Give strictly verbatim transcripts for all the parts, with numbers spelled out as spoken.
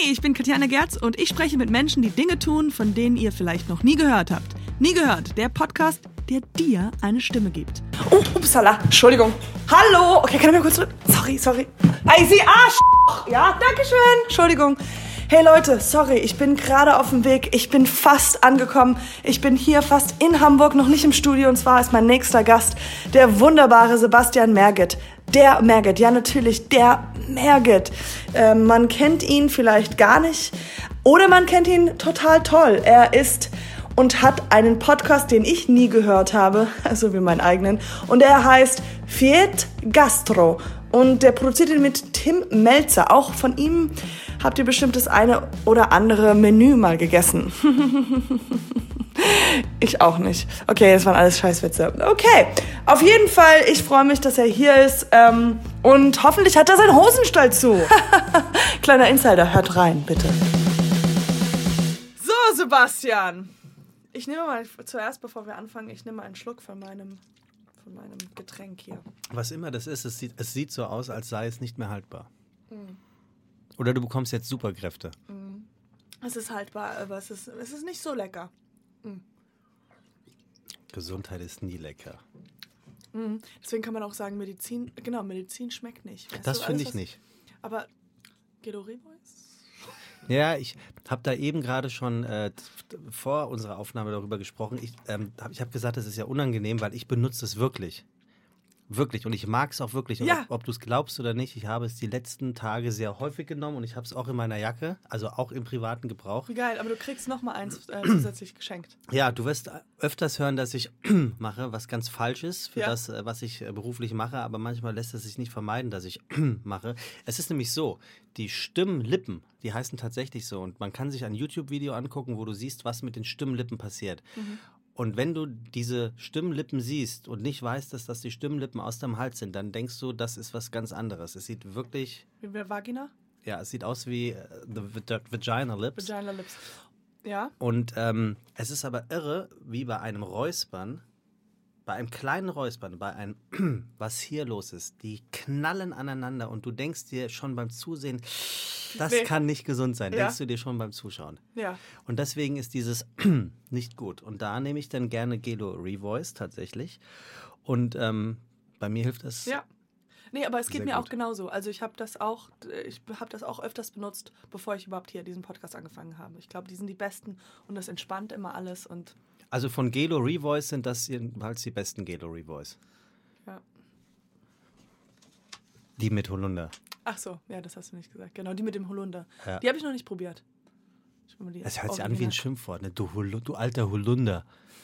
Hi, ich bin Katjana Gerz und ich spreche mit Menschen, die Dinge tun, von denen ihr vielleicht noch nie gehört habt. Nie gehört, der Podcast, der dir eine Stimme gibt. Oh, upsala, Entschuldigung. Hallo, okay, kann ich mal kurz zurück? Sorry, sorry. Ei, Sie Arsch! Ja, danke schön. Entschuldigung. Hey Leute, sorry, ich bin gerade auf dem Weg. Ich bin fast angekommen. Ich bin hier fast in Hamburg, noch nicht im Studio. Und zwar ist mein nächster Gast der wunderbare Sebastian Merget. Der Merget, ja natürlich, der Merget. Äh, man kennt ihn vielleicht gar nicht oder man kennt ihn total toll. Er ist und hat einen Podcast, den ich nie gehört habe, so wie meinen eigenen. Und er heißt Fiet Gastro. Und der produziert ihn mit Tim Melzer. Auch von ihm habt ihr bestimmt das eine oder andere Menü mal gegessen. Ich auch nicht. Okay, das waren alles Scheißwitze. Okay, auf jeden Fall, ich freue mich, dass er hier ist. Ähm, und hoffentlich hat er seinen Hosenstall zu. Kleiner Insider, hört rein, bitte. So, Sebastian. Ich nehme mal zuerst, bevor wir anfangen, ich nehme mal einen Schluck von meinem, von meinem Getränk hier. Was immer das ist, es sieht, es sieht so aus, als sei es nicht mehr haltbar. Mm. Oder du bekommst jetzt Superkräfte. Mm. Es ist haltbar, aber es ist, es ist nicht so lecker. Mm. Gesundheit ist nie lecker. Mm. Deswegen kann man auch sagen, Medizin, genau, Medizin schmeckt nicht. Weißt das finde ich was, nicht. Aber Guido Rebholz? Ja, ich habe da eben gerade schon äh, vor unserer Aufnahme darüber gesprochen. Ich ähm, habe ich hab gesagt, das ist ja unangenehm, weil ich benutze es wirklich. Wirklich. Und ich mag es auch wirklich. Und ja. Ob, ob du es glaubst oder nicht, ich habe es die letzten Tage sehr häufig genommen und ich habe es auch in meiner Jacke, also auch im privaten Gebrauch. Wie geil, aber du kriegst noch mal eins äh, zusätzlich geschenkt. Ja, du wirst öfters hören, dass ich mache, was ganz falsch ist für ja. das, was ich beruflich mache, aber manchmal lässt es sich nicht vermeiden, dass ich mache. Es ist nämlich so, die Stimmlippen, die heißen tatsächlich so und man kann sich ein YouTube-Video angucken, wo du siehst, was mit den Stimmlippen passiert. Mhm. Und wenn du diese Stimmlippen siehst und nicht weißt, dass das die Stimmlippen aus deinem Hals sind, dann denkst du, das ist was ganz anderes. Es sieht wirklich... Wie bei Vagina? Ja, es sieht aus wie the Vagina Lips. Vagina Lips. Ja. Und ähm, es ist aber irre, wie bei einem Räuspern, bei einem kleinen Räuspern, bei einem, was hier los ist. Die knallen aneinander und du denkst dir schon beim Zusehen, das nee. kann nicht gesund sein. Ja. Denkst du dir schon beim Zuschauen. Ja. Und deswegen ist dieses nicht gut. Und da nehme ich dann gerne Gelo Revoice tatsächlich. Und ähm, bei mir hilft das. Ja. Nee, aber es geht mir gut. auch genauso. Also ich habe das auch, ich habe das auch öfters benutzt, bevor ich überhaupt hier diesen Podcast angefangen habe. Ich glaube, die sind die besten und das entspannt immer alles. Und also von Gelo Revoice sind das jedenfalls die besten Gelo Revoice. Ja. Die mit Holunder. Ach so, ja, das hast du nicht gesagt. Genau, die mit dem Holunder. Ja. Die habe ich noch nicht probiert. Das hört sich an wie ein Schimpfwort, ne? Du, Hol- du alter Holunder.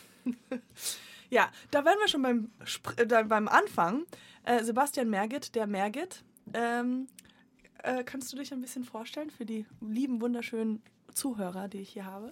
Ja, da wären wir schon beim, äh, beim Anfang. Äh, Sebastian Merget, der Merget. Ähm, äh, kannst du dich ein bisschen vorstellen für die lieben, wunderschönen Zuhörer, die ich hier habe?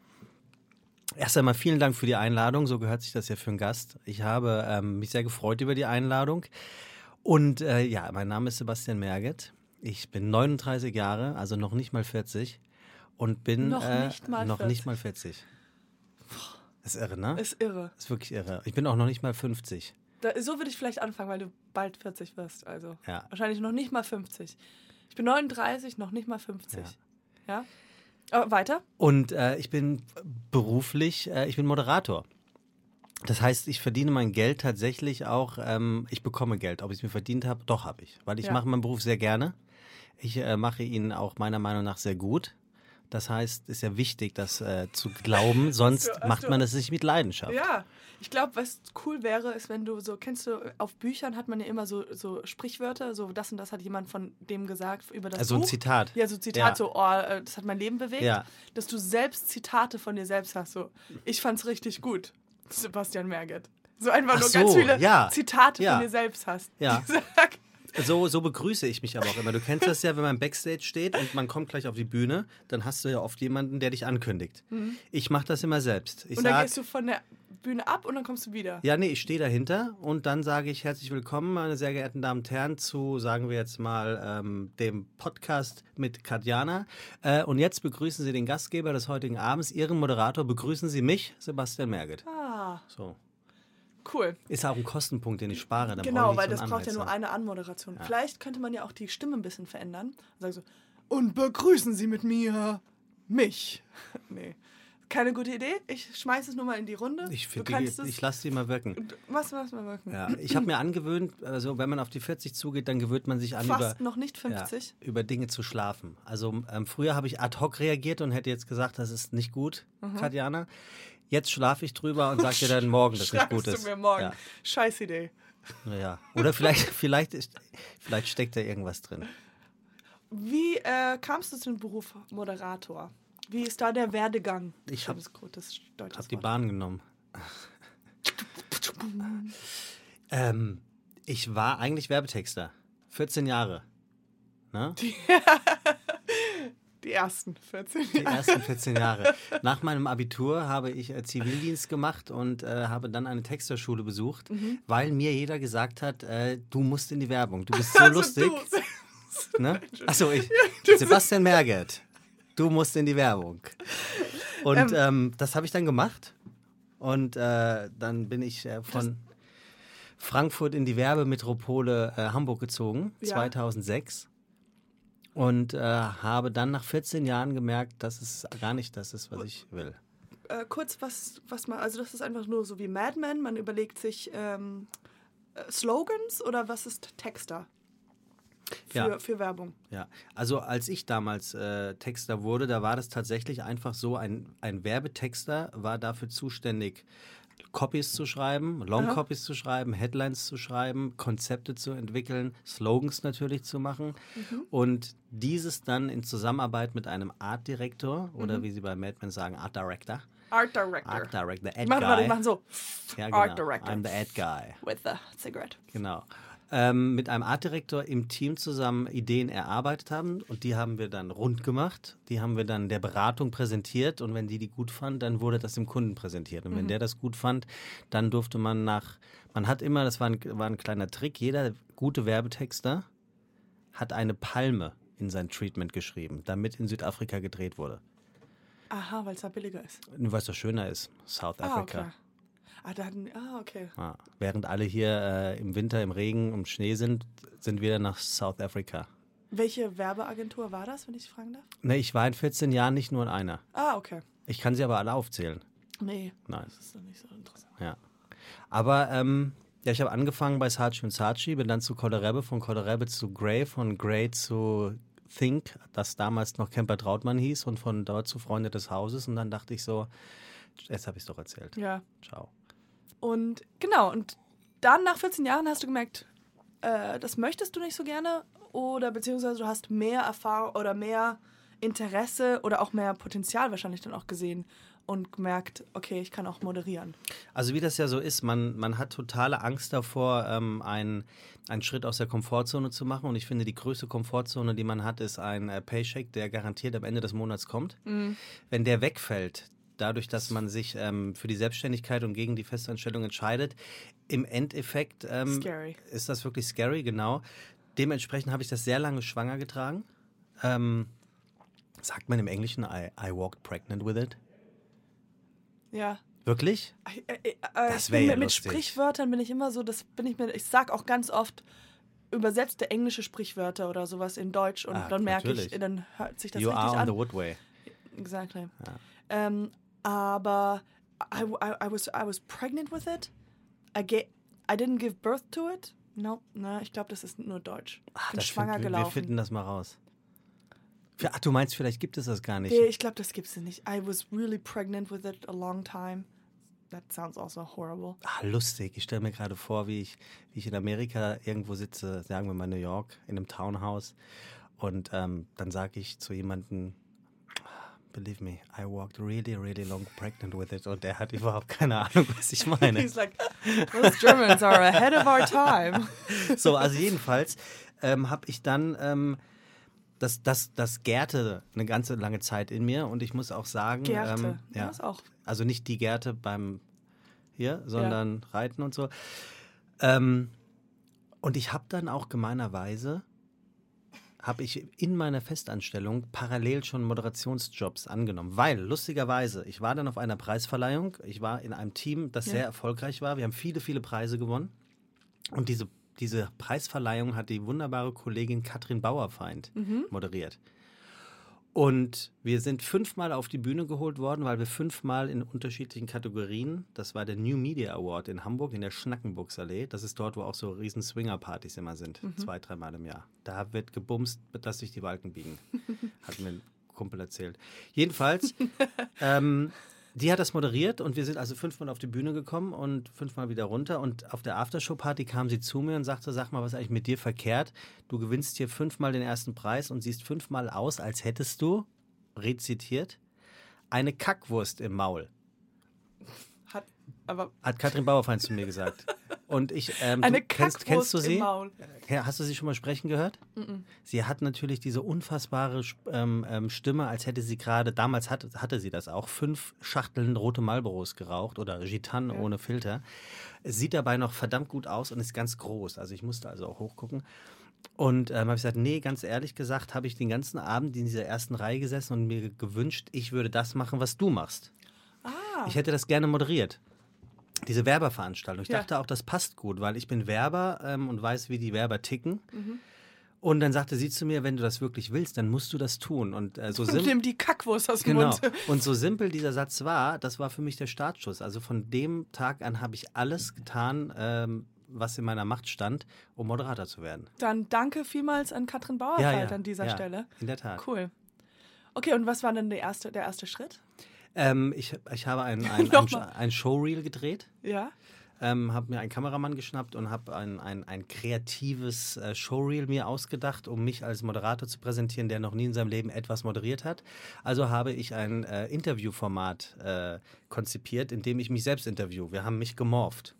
Erst einmal vielen Dank für die Einladung. So gehört sich das ja für einen Gast. Ich habe ähm, mich sehr gefreut über die Einladung. Und äh, ja, mein Name ist Sebastian Merget. Ich bin neununddreißig Jahre, also noch nicht mal vierzig. Und bin noch äh, nicht mal noch vierzig. Nicht mal vierzig. Ist irre, ne? Ist irre. Ist wirklich irre. Ich bin auch noch nicht mal fünfzig. Da, so würde ich vielleicht anfangen, weil du bald vierzig wirst. Also ja. Wahrscheinlich noch nicht mal fünfzig. Ich bin neununddreißig, noch nicht mal fünfzig. Ja? ja? Oh, weiter? Und äh, ich bin beruflich, äh, ich bin Moderator. Das heißt, ich verdiene mein Geld tatsächlich auch, ähm, ich bekomme Geld. Ob ich es mir verdient habe, doch habe ich. Weil ich ja. mache meinen Beruf sehr gerne. Ich äh, mache ihn auch meiner Meinung nach sehr gut. Das heißt, es ist ja wichtig, das äh, zu glauben, sonst hast du, hast macht man es nicht mit Leidenschaft. Ja, ich glaube, was cool wäre, ist, wenn du so, kennst du, auf Büchern hat man ja immer so, so Sprichwörter, so das und das hat jemand von dem gesagt über das also Buch. ein Zitat. Ja, so ein Zitat, ja. so, oh, das hat mein Leben bewegt. Ja. Dass du selbst Zitate von dir selbst hast, so, ich fand's richtig gut, Sebastian Merget. So einfach Ach nur so, ganz viele ja. Zitate ja. von dir selbst hast. Ja. So, so begrüße ich mich aber auch immer. Du kennst das ja, wenn man Backstage steht und man kommt gleich auf die Bühne, dann hast du ja oft jemanden, der dich ankündigt. Mhm. Ich mache das immer selbst. Ich und dann sag, gehst du von der Bühne ab und dann kommst du wieder. Ja, nee, ich stehe dahinter und dann sage ich herzlich willkommen, meine sehr geehrten Damen und Herren, zu, sagen wir jetzt mal, ähm, dem Podcast mit Katjana. Äh, und jetzt begrüßen Sie den Gastgeber des heutigen Abends, Ihren Moderator. Begrüßen Sie mich, Sebastian Merget. Ah. So. Cool. Ist auch ein Kostenpunkt, den ich spare. Dann genau, ich weil so das braucht Anreiz ja nur haben. eine Anmoderation. Ja. Vielleicht könnte man ja auch die Stimme ein bisschen verändern. Und sagen so, Und begrüßen Sie mit mir mich. Nee, keine gute Idee. Ich schmeiße es nur mal in die Runde. Ich, ich lasse die mal wirken. Was, was mal wirken? Ja, ich habe mir angewöhnt, also wenn man auf die vierzig zugeht, dann gewöhnt man sich an, Fast über, noch nicht fünfzig. Ja, über Dinge zu schlafen. Also ähm, früher habe ich ad hoc reagiert und hätte jetzt gesagt, das ist nicht gut, mhm. Katjana. Jetzt schlafe ich drüber und sage dir dann morgen, dass es nicht gut ist. Du mir morgen. Ja. Scheiß Idee. Ja. Oder vielleicht, vielleicht, ist, vielleicht steckt da irgendwas drin. Wie äh, kamst du zum Beruf Moderator? Wie ist da der Werdegang? Ich habe hab die Bahn genommen. ähm, ich war eigentlich Werbetexter. vierzehn Jahre. Ne? Die, die ersten vierzehn Jahre. Die ersten vierzehn Jahre. Nach meinem Abitur habe ich äh, Zivildienst gemacht und äh, habe dann eine Texterschule besucht, mhm. weil mir jeder gesagt hat, äh, du musst in die Werbung. Du bist so also lustig. Du. Ne? Achso, ich. Sebastian Merget. Du musst in die Werbung. Und ähm, ähm, das habe ich dann gemacht. Und äh, dann bin ich äh, von Frankfurt in die Werbemetropole äh, Hamburg gezogen, ja. zweitausendsechs. Und äh, habe dann nach vierzehn Jahren gemerkt, dass es gar nicht das ist, was ich will. Äh, kurz, was, was man, also das ist einfach nur so wie Mad Men, man überlegt sich ähm, äh, Slogans oder was ist Texter? Für, ja. für Werbung. Ja, also als ich damals äh, Texter wurde, da war das tatsächlich einfach so, ein, ein Werbetexter war dafür zuständig, Copies zu schreiben, Long-Copies zu schreiben, Headlines zu schreiben, Konzepte zu entwickeln, Slogans natürlich zu machen mhm. und dieses dann in Zusammenarbeit mit einem Art Director oder mhm. wie sie bei Mad Men sagen, Art Director. Art Director. Art Director, the Ad machen, Guy. Warte, machen so. Ja, genau. Art Director. I'm the Ad Guy. With the cigarette. Genau. Ähm, mit einem Artdirektor im Team zusammen Ideen erarbeitet haben und die haben wir dann rund gemacht, die haben wir dann der Beratung präsentiert und wenn die die gut fand, dann wurde das dem Kunden präsentiert und mhm. wenn der das gut fand, dann durfte man nach, man hat immer, das war ein, war ein kleiner Trick, jeder gute Werbetexter hat eine Palme in sein Treatment geschrieben, damit in Südafrika gedreht wurde. Aha, weil es da billiger ist. Weil es da schöner ist, South Africa. Ah, okay. Ah, da hatten, ah, okay. Ah, während alle hier äh, im Winter im Regen und Schnee sind, sind wir dann nach South Africa. Welche Werbeagentur war das, wenn ich fragen darf? Ne, ich war in vierzehn Jahren nicht nur in einer. Ah, okay. Ich kann sie aber alle aufzählen. Nee, Nein. Das ist doch nicht so interessant. Ja. Aber ähm, ja, ich habe angefangen bei Saatchi und Saatchi, bin dann zu Kohlrabi, von Kohlrabi zu Grey, von Grey zu Think, das damals noch Kemper Trautmann hieß und von dort zu Freunde des Hauses und dann dachte ich so, jetzt habe ich es doch erzählt. Ja. Ciao. Und genau, und dann nach vierzehn Jahren hast du gemerkt, äh, das möchtest du nicht so gerne oder beziehungsweise du hast mehr Erfahrung oder mehr Interesse oder auch mehr Potenzial wahrscheinlich dann auch gesehen und gemerkt, okay, ich kann auch moderieren. Also wie das ja so ist, man, man hat totale Angst davor, ähm, einen, einen Schritt aus der Komfortzone zu machen und ich finde, die größte Komfortzone, die man hat, ist ein äh, Paycheck, der garantiert am Ende des Monats kommt. Mhm. Wenn der wegfällt, dadurch, dass man sich ähm, für die Selbstständigkeit und gegen die Festanstellung entscheidet. Im Endeffekt ähm, ist das wirklich scary, genau. Dementsprechend habe ich das sehr lange schwanger getragen. Ähm, sagt man im Englischen, I, I walked pregnant with it? Ja. Wirklich? Ich, äh, äh, das wäre ja mit, mit Sprichwörtern bin ich immer so, das bin ich mir, ich sag auch ganz oft übersetzte englische Sprichwörter oder sowas in Deutsch und ah, dann merke natürlich. ich, dann hört sich das you richtig an. You are on the woodway. Exactly. Ja. Ähm, aber I, I, I, was, I was pregnant with it. I, get, I didn't give birth to it. No, no ich glaube, das ist nur Deutsch. Ich bin Ach, schwanger find, gelaufen. Wir finden das mal raus. Ach, du meinst, vielleicht gibt es das gar nicht. Nee, ich glaube, das gibt es nicht. I was really pregnant with it a long time. That sounds also horrible. Ah, lustig. Ich stelle mir gerade vor, wie ich, wie ich in Amerika irgendwo sitze, sagen wir mal New York, in einem Townhouse. Und ähm, dann sage ich zu jemandem, believe me, I walked really, really long pregnant with it. Und der hat überhaupt keine Ahnung, was ich meine. He's like, those Germans are ahead of our time. So, also jedenfalls ähm, habe ich dann, ähm, das, das, das gärte eine ganze lange Zeit in mir. Und ich muss auch sagen, Gärte, ähm, ja, ja, das auch. Also nicht die Gärte beim hier, sondern ja. Reiten und so. Ähm, und ich habe dann auch gemeinerweise habe ich in meiner Festanstellung parallel schon Moderationsjobs angenommen. Weil, lustigerweise, ich war dann auf einer Preisverleihung. Ich war in einem Team, das ja. sehr erfolgreich war. Wir haben viele, viele Preise gewonnen. Und diese, diese Preisverleihung hat die wunderbare Kollegin Katrin Bauerfeind mhm. moderiert. Und wir sind fünfmal auf die Bühne geholt worden, weil wir fünfmal in unterschiedlichen Kategorien, das war der New Media Award in Hamburg in der Schnackenburgsallee, das ist dort, wo auch so riesen Swinger-Partys immer sind, mhm. zwei, dreimal im Jahr. Da wird gebumst, dass sich die Balken biegen, hat mir ein Kumpel erzählt. Jedenfalls, ähm, die hat das moderiert und wir sind also fünfmal auf die Bühne gekommen und fünfmal wieder runter und auf der Aftershow-Party kam sie zu mir und sagte, sag mal, was ist eigentlich mit dir verkehrt? Du gewinnst hier fünfmal den ersten Preis und siehst fünfmal aus, als hättest du, rezitiert, eine Kackwurst im Maul. Hat, aber hat Katrin Bauerfeind zu mir gesagt. Und ich, ähm, eine du, kennst, Kackwurst kennst du sie? im Maul. Hast du sie schon mal sprechen gehört? Mm-mm. Sie hat natürlich diese unfassbare ähm, ähm, Stimme, als hätte sie gerade, damals hatte, hatte sie das auch, fünf Schachteln rote Marlboros geraucht oder Gitan ja. ohne Filter. Sieht dabei noch verdammt gut aus und ist ganz groß. Also ich musste also auch hochgucken. Und ähm, habe ich gesagt, nee, ganz ehrlich gesagt, habe ich den ganzen Abend in dieser ersten Reihe gesessen und mir gewünscht, ich würde das machen, was du machst. Ah. Ich hätte das gerne moderiert. Diese Werberveranstaltung. Ich ja. dachte auch, das passt gut, weil ich bin Werber ähm, und weiß, wie die Werber ticken. Mhm. Und dann sagte sie zu mir, wenn du das wirklich willst, dann musst du das tun. Und äh, so simpel. Nimm die Kackwurst aus dem genau. Mund. Und so simpel dieser Satz war, das war für mich der Startschuss. Also von dem Tag an habe ich alles getan, ähm, was in meiner Macht stand, um Moderator zu werden. Dann danke vielmals an Katrin Bauerfeind ja, ja, an dieser ja, Stelle. In der Tat. Cool. Okay, und was war denn der erste, der erste Schritt? Ähm, ich, ich habe ein, ein, ein, ein Showreel gedreht. Ja. Ähm, habe mir einen Kameramann geschnappt und habe ein, ein, ein kreatives äh, Showreel mir ausgedacht, um mich als Moderator zu präsentieren, der noch nie in seinem Leben etwas moderiert hat. Also habe ich ein äh, Interviewformat äh, konzipiert, in dem ich mich selbst interview. Wir haben mich gemorpht.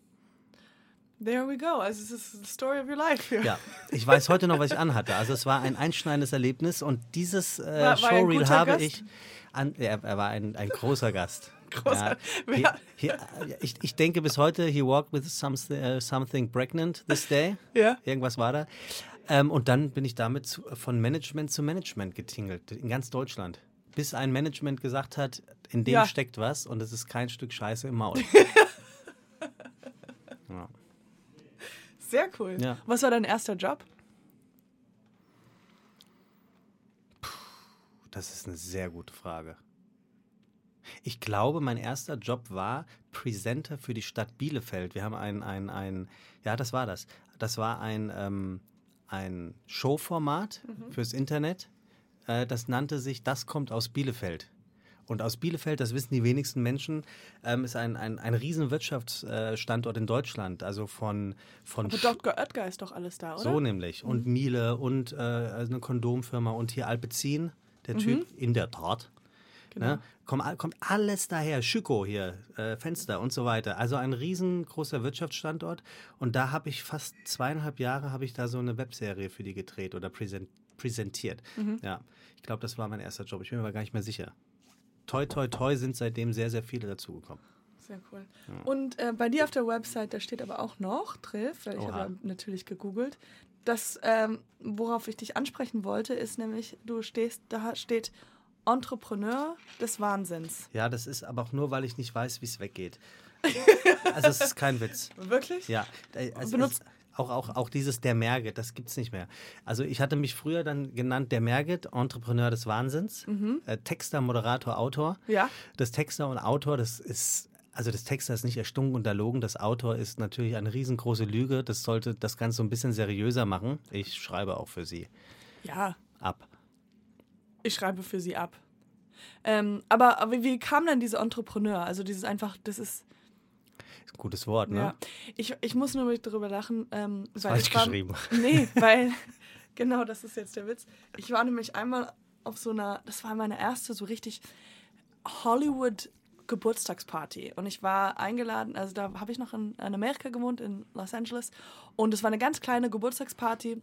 There we go. Also es ist the story of your life here. Ja, ich weiß heute noch, was ich anhatte. Also es war ein einschneidendes Erlebnis und dieses äh, war, war Showreel habe Gast? ich... An, er, er war ein, ein großer Gast. Großer. Ja, he, he, ich, ich denke bis heute, he walked with something, uh, something pregnant this day. Ja. Irgendwas war da. Ähm, und dann bin ich damit zu, von Management zu Management getingelt, in ganz Deutschland. Bis ein Management gesagt hat, in dem ja. steckt was und es ist kein Stück Scheiße im Maul. ja. Sehr cool. Ja. Was war dein erster Job? Das ist eine sehr gute Frage. Ich glaube, mein erster Job war Presenter für die Stadt Bielefeld. Wir haben ein, ein, ein ja, das war das. Das war ein, ähm, ein Showformat mhm. fürs Internet. Äh, das nannte sich Das kommt aus Bielefeld. Und aus Bielefeld, das wissen die wenigsten Menschen, ähm, ist ein, ein, ein riesen Wirtschaftsstandort in Deutschland. Also von... von Aber Doktor Oetker ist doch alles da, oder? So nämlich. Und mhm. Miele und äh, eine Kondomfirma und hier Alpecin. Der Typ, mhm. in der Tat. Genau. Ne, kommt, kommt alles daher. Schüko hier, äh, Fenster und so weiter. Also ein riesengroßer Wirtschaftsstandort. Und da habe ich fast zweieinhalb Jahre habe ich da so eine Webserie für die gedreht oder präsent, präsentiert. Mhm. Ja, ich glaube, das war mein erster Job. Ich bin mir aber gar nicht mehr sicher. Toi, toi, toi sind seitdem sehr, sehr viele dazugekommen. Sehr cool. Ja. Und äh, bei dir auf der Website, da steht aber auch noch, Triff, weil ich habe ja natürlich gegoogelt, das, ähm, worauf ich dich ansprechen wollte, ist nämlich, du stehst, da steht Entrepreneur des Wahnsinns. Ja, das ist aber auch nur, weil ich nicht weiß, wie es weggeht. Also es ist kein Witz. Wirklich? Ja. Also Benutzt auch, auch, auch dieses der Merget, das gibt's nicht mehr. Also ich hatte mich früher dann genannt der Merget, Entrepreneur des Wahnsinns, mhm. äh, Texter, Moderator, Autor. Ja. Das Texter und Autor, das ist... Also das Texter ist nicht erstunken und erlogen, das Autor ist natürlich eine riesengroße Lüge. Das sollte das Ganze so ein bisschen seriöser machen. Ich schreibe auch für Sie. Ja. Ab. Ich schreibe für Sie ab. Ähm, aber, aber wie kam denn diese Entrepreneur? Also dieses einfach, das ist... Ist ein gutes Wort, ne? Ja. Ich, ich muss nur darüber lachen. Ähm, das weil falsch ich war, geschrieben. Nee, weil... Genau, das ist jetzt der Witz. Ich war nämlich einmal auf so einer... Das war meine erste so richtig Hollywood... Geburtstagsparty und ich war eingeladen, also da habe ich noch in, in Amerika gewohnt, in Los Angeles und es war eine ganz kleine Geburtstagsparty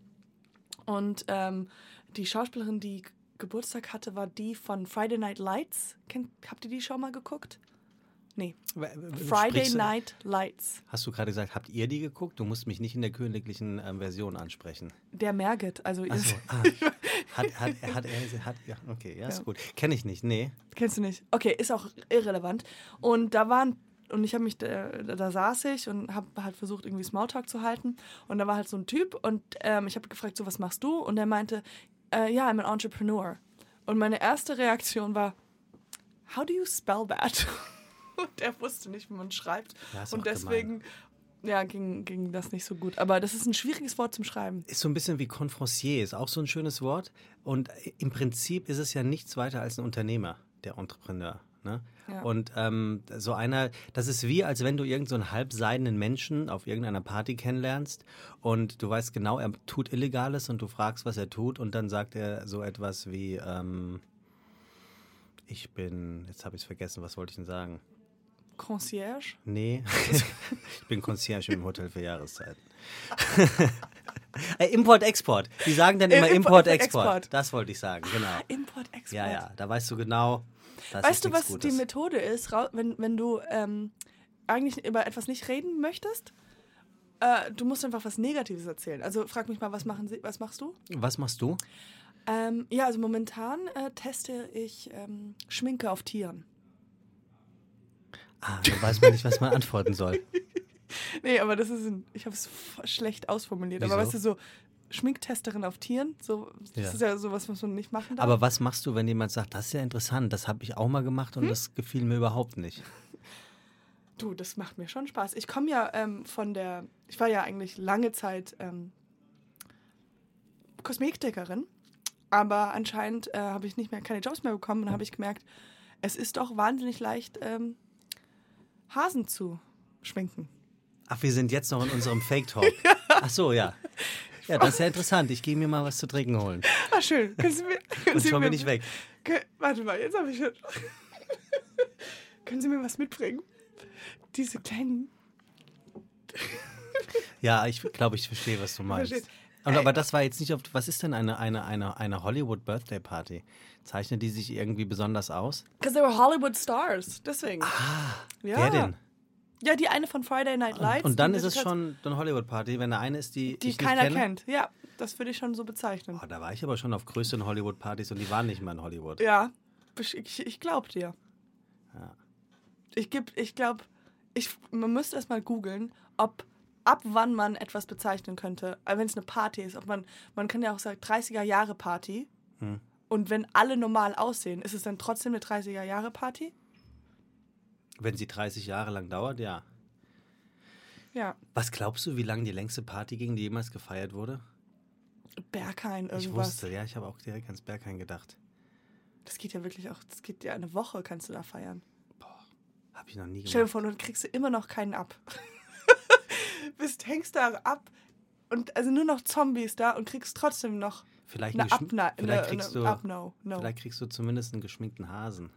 und ähm, die Schauspielerin, die Geburtstag hatte, war die von Friday Night Lights. Kennt, habt ihr die schon mal geguckt? Nee. Friday Sprichst Night Lights. Hast du gerade gesagt, habt ihr die geguckt? Du musst mich nicht in der königlichen ähm, Version ansprechen. Der Merget, also Ach so, ah. hat, hat, hat er, hat, ja, okay, ja, ist ja. gut. Kenn ich nicht, nee. Kennst du nicht? Okay, ist auch irrelevant. Und da waren, und ich habe mich, da, da saß ich und habe halt versucht, irgendwie Smalltalk zu halten. Und da war halt so ein Typ und ähm, ich habe gefragt, so, was machst du? Und er meinte, äh, ja, I'm an Entrepreneur. Und meine erste Reaktion war, how do you spell that? Und er wusste nicht, wie man schreibt. Ja, ist und auch deswegen ja, ging, ging das nicht so gut. Aber das ist ein schwieriges Wort zum Schreiben. Ist so ein bisschen wie Confrancier, ist auch so ein schönes Wort. Und im Prinzip ist es ja nichts weiter als ein Unternehmer, der Entrepreneur. Ne? Ja. Und ähm, so einer, das ist wie, als wenn du irgendeinen so halbseidenen Menschen auf irgendeiner Party kennenlernst und du weißt genau, er tut Illegales und du fragst, was er tut und dann sagt er so etwas wie, ähm, ich bin, jetzt habe ich es vergessen, was wollte ich denn sagen? Concierge? Nee, ich bin Concierge im Hotel für Jahreszeiten. äh, Import-Export. Die sagen dann immer Äh, Import-Export. Import. Das wollte ich sagen, genau. Ah, Import-Export. Ja, ja, da weißt du genau, das Weißt ist du, nichts was Gutes. die Methode ist, rau- wenn, wenn du ähm, eigentlich über etwas nicht reden möchtest? Äh, du musst einfach was Negatives erzählen. Also frag mich mal, was, machen Sie, was machst du? Was machst du? Ähm, ja, also momentan äh, teste ich ähm, Schminke auf Tieren. Ah, da weiß man nicht, was man antworten soll. Nee, aber das ist ein, ich habe es f- schlecht ausformuliert. Wieso? Aber weißt du, so Schminktesterin auf Tieren, so, das Ja. ist ja sowas, was man nicht machen darf. Aber was machst du, wenn jemand sagt, das ist ja interessant, das habe ich auch mal gemacht Hm? und das gefiel mir überhaupt nicht? Du, das macht mir schon Spaß. Ich komme ja ähm, von der, ich war ja eigentlich lange Zeit ähm, Kosmetikerin, aber anscheinend äh, habe ich nicht mehr keine Jobs mehr bekommen und dann habe ich gemerkt, es ist doch wahnsinnig leicht, ähm, Hasen zu schminken. Ach, wir sind jetzt noch in unserem Fake-Talk. Ach so, ja. Ja, das ist ja interessant. Ich gehe mir mal was zu trinken holen. Ah, schön. Können Sie mir, können Und Sie schon mir, bin ich weg. Können, warte mal, jetzt habe ich schon. Können Sie mir was mitbringen? Diese kleinen. Ja, ich glaube, ich verstehe, was du meinst. Versteht. Und, aber das war jetzt nicht auf. Was ist denn eine, eine, eine, eine Hollywood Birthday Party? Zeichnet die sich irgendwie besonders aus? Because they were Hollywood Stars. Deswegen. Ah, ja. wer denn? Ja, die eine von Friday Night Lights. Und dann die ist es wird schon eine Hollywood Party, wenn da eine ist, die, Die ich keiner nicht kenne. kennt. Ja, das würde ich schon so bezeichnen. Oh, da war ich aber schon auf größeren Hollywood Partys und die waren nicht mal in Hollywood. Ja, ich, ich glaube dir. Ja. Ich, geb- ich glaube, ich, man müsste erst mal googeln, ob ab wann man etwas bezeichnen könnte. Wenn es eine Party ist. Ob man, man kann ja auch sagen, dreißiger Jahre Party. Hm. Und wenn alle normal aussehen, ist es dann trotzdem eine dreißiger Jahre Party? Wenn sie dreißig Jahre lang dauert, ja. Ja. Was glaubst du, wie lange die längste Party ging, die jemals gefeiert wurde? Berghain, irgendwas. Ich wusste, ja, ich habe auch direkt ans Berghain gedacht. Das geht ja wirklich auch, das geht ja eine Woche, kannst du da feiern. Habe ich noch nie Stell dir gemacht. vor, dann kriegst du immer noch keinen ab. Bist, hängst da ab und also nur noch Zombies da und kriegst trotzdem noch Vielleicht, eine eine Schm- Abna vielleicht, eine, kriegst eine du, Up-No. No. vielleicht kriegst du zumindest einen geschminkten Hasen.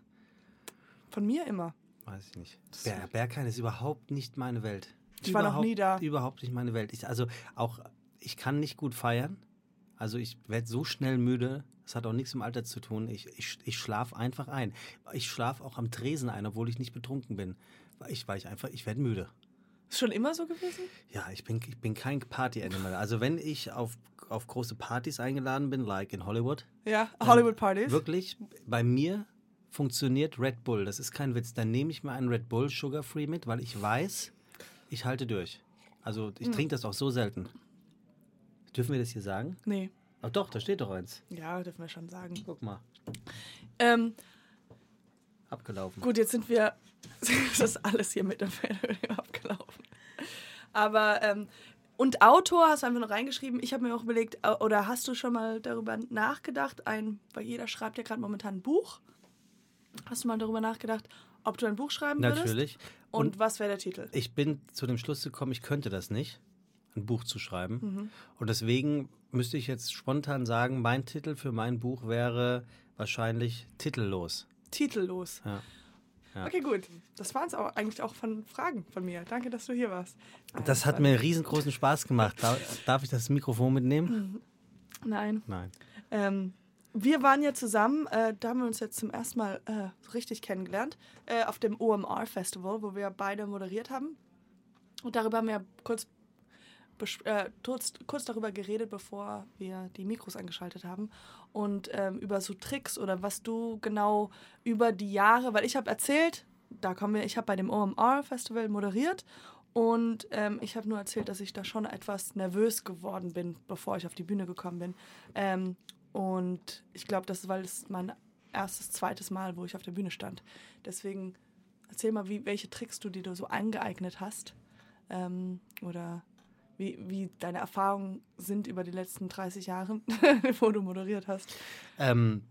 Von mir immer. Weiß ich nicht. Ber Berghain ist überhaupt nicht meine Welt. Ich war noch Überhaupt- nie da. Überhaupt nicht meine Welt. Ich, also auch, ich kann nicht gut feiern. Also ich werde so schnell müde. Das hat auch nichts mit dem Alter zu tun. Ich, ich, ich schlafe einfach ein. Ich schlafe auch am Tresen ein, obwohl ich nicht betrunken bin. Weil ich, weil ich einfach, ich werde müde. Ist schon immer so gewesen? Ja, ich bin, ich bin kein Party-Animal. Also wenn ich auf, auf große Partys eingeladen bin, like in Hollywood, Ja, Hollywood Parties. wirklich, bei mir funktioniert Red Bull. Das ist kein Witz. Dann nehme ich mir einen Red Bull Sugar Free mit, weil ich weiß, ich halte durch. Also ich Hm. trinke das auch so selten. Dürfen wir das hier sagen? Nee. Ach doch, da steht doch eins. Ja, dürfen wir schon sagen. Guck mal, Ähm, abgelaufen. gut, jetzt sind wir. Das ist alles hier mit dem Pferd abgelaufen. Aber, ähm, und Autor hast du einfach noch reingeschrieben. Ich habe mir auch überlegt, äh, oder hast du schon mal darüber nachgedacht, ein, weil jeder schreibt ja gerade momentan ein Buch. Hast du mal darüber nachgedacht, ob du ein Buch schreiben würdest? Natürlich. Und, Und was wäre der Titel? ich bin zu dem Schluss gekommen, ich könnte das nicht, ein Buch zu schreiben. Mhm. Und deswegen müsste ich jetzt spontan sagen, mein Titel für mein Buch wäre wahrscheinlich Titellos. Titellos. Ja. Ja. Okay, gut. Das waren es auch eigentlich auch von Fragen von mir. Danke, dass du hier warst. Das hat mir riesengroßen Spaß gemacht. Darf, darf ich das Mikrofon mitnehmen? Nein. Nein. Ähm, wir waren ja zusammen, äh, da haben wir uns jetzt zum ersten Mal äh, so richtig kennengelernt, äh, auf dem O M R-Festival, wo wir beide moderiert haben. Und darüber haben wir kurz, bes- äh, kurz, kurz darüber geredet, bevor wir die Mikros angeschaltet haben. Und ähm, über so Tricks oder was du genau über die Jahre, weil ich habe erzählt, da kommen wir, ich habe bei dem O M R-Festival moderiert und ähm, ich habe nur erzählt, dass ich da schon etwas nervös geworden bin, bevor ich auf die Bühne gekommen bin. Ähm, und ich glaube, das ist, weil es mein erstes, zweites Mal, wo ich auf der Bühne stand. Deswegen erzähl mal, wie, welche Tricks du dir so angeeignet hast ähm, oder wie, wie deine Erfahrungen sind über die letzten dreißig Jahre, wo du moderiert hast. Ähm,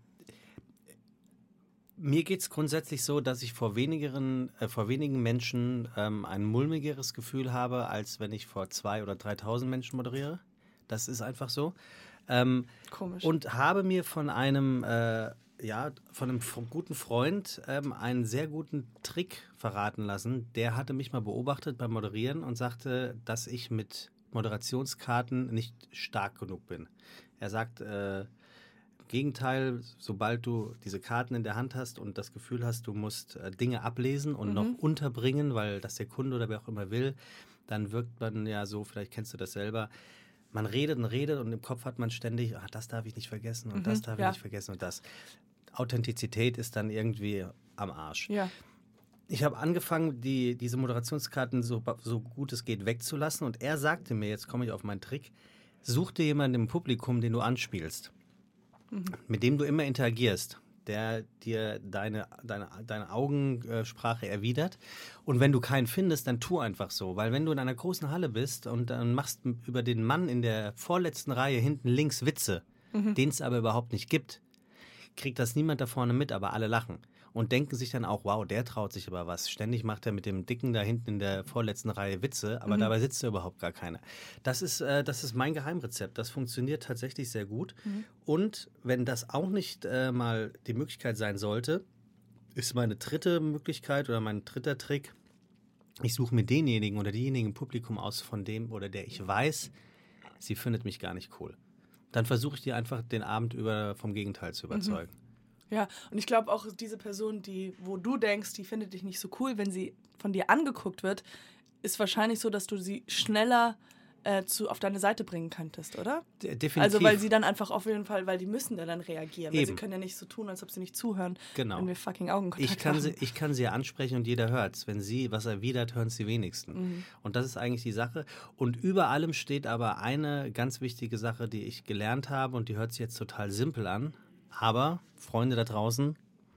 mir geht es grundsätzlich so, dass ich vor, wenigeren, äh, vor wenigen Menschen ähm, ein mulmigeres Gefühl habe, als wenn ich vor zweitausend oder dreitausend Menschen moderiere. Das ist einfach so. Ähm, Komisch. Und habe mir von einem, äh, ja, von einem f- guten Freund ähm, einen sehr guten Trick verraten lassen. Der hatte mich mal beobachtet beim Moderieren und sagte, dass ich mit Moderationskarten nicht stark genug bin. Er sagt, äh, im Gegenteil, sobald du diese Karten in der Hand hast und das Gefühl hast, du musst äh, Dinge ablesen und Mhm. noch unterbringen, weil das der Kunde oder wer auch immer will, dann wirkt man ja so, vielleicht kennst du das selber, man redet und redet und im Kopf hat man ständig, ach, das darf ich nicht vergessen und Mhm, das darf ja. ich nicht vergessen und das. Authentizität ist dann irgendwie am Arsch. Ja. Ich habe angefangen, die, diese Moderationskarten so, so gut es geht wegzulassen und er sagte mir, jetzt komme ich auf meinen Trick, such dir jemanden im Publikum, den du anspielst, Mhm. mit dem du immer interagierst, der dir deine, deine, deine Augensprache erwidert. Und wenn du keinen findest, dann tu einfach so. Weil wenn du in einer großen Halle bist und dann machst über den Mann in der vorletzten Reihe hinten links Witze, Mhm. den es aber überhaupt nicht gibt, kriegt das niemand da vorne mit, aber alle lachen. Und denken sich dann auch, wow, der traut sich aber was. Ständig macht er mit dem Dicken da hinten in der vorletzten Reihe Witze, aber Mhm. dabei sitzt da überhaupt gar keiner. Das ist, äh, das ist mein Geheimrezept. Das funktioniert tatsächlich sehr gut. Mhm. Und wenn das auch nicht äh, mal die Möglichkeit sein sollte, ist meine dritte Möglichkeit oder mein dritter Trick, ich suche mir denjenigen oder diejenigen im Publikum aus, von dem oder der ich weiß, sie findet mich gar nicht cool. Dann versuche ich die einfach den Abend über vom Gegenteil zu überzeugen. Ja, und ich glaube auch, diese Person, die, wo du denkst, die findet dich nicht so cool, wenn sie von dir angeguckt wird, ist wahrscheinlich so, dass du sie schneller äh, zu, auf deine Seite bringen könntest, oder? De- Definitiv. Also weil sie dann einfach auf jeden Fall, weil die müssen ja dann reagieren. Weil Eben. sie können ja nicht so tun, als ob sie nicht zuhören, Genau. wenn wir fucking Augenkontakt Ich kann, haben. sie, ich kann sie ansprechen und jeder hört's. Wenn sie was erwidert, hören es die wenigsten. Mhm. Und das ist eigentlich die Sache. Und über allem steht aber eine ganz wichtige Sache, die ich gelernt habe und die hört sich jetzt total simpel an. Aber, Freunde da draußen,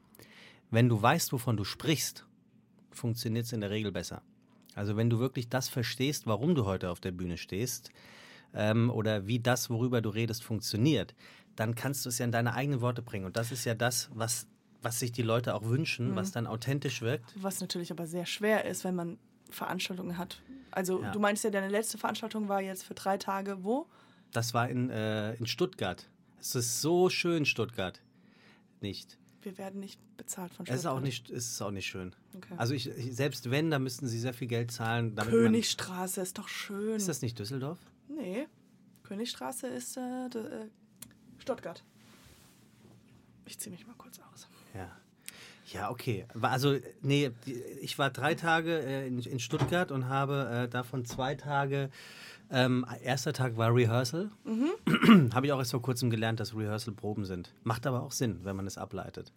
wenn du weißt, wovon du sprichst, funktioniert es in der Regel besser. Also wenn du wirklich das verstehst, warum du heute auf der Bühne stehst ähm, oder wie das, worüber du redest, funktioniert, dann kannst du es ja in deine eigenen Worte bringen. Und das ist ja das, was, was sich die Leute auch wünschen, Mhm. was dann authentisch wirkt. Was natürlich aber sehr schwer ist, wenn man Veranstaltungen hat. Also Ja. du meinst ja, deine letzte Veranstaltung war jetzt für drei Tage wo? Das war in, äh, in Stuttgart. Es ist so schön, Stuttgart. Nicht. Wir werden nicht bezahlt von Es ist auch Stuttgart. nicht, es ist auch nicht schön. Okay. Also ich, ich, selbst wenn, da müssten sie sehr viel Geld zahlen. Damit Königstraße ist doch schön. Man, ist das nicht Düsseldorf? Nee, Königstraße ist äh, d- äh, Stuttgart. Ich ziehe mich mal kurz aus. Ja. Ja, okay. War Also, nee, die- ich war drei Tage äh, in, in Stuttgart und habe äh, davon zwei Tage, ähm, erster Tag war Rehearsal. Mhm. Habe ich auch erst vor kurzem gelernt, dass Rehearsal Proben sind. Macht aber auch Sinn, wenn man es ableitet.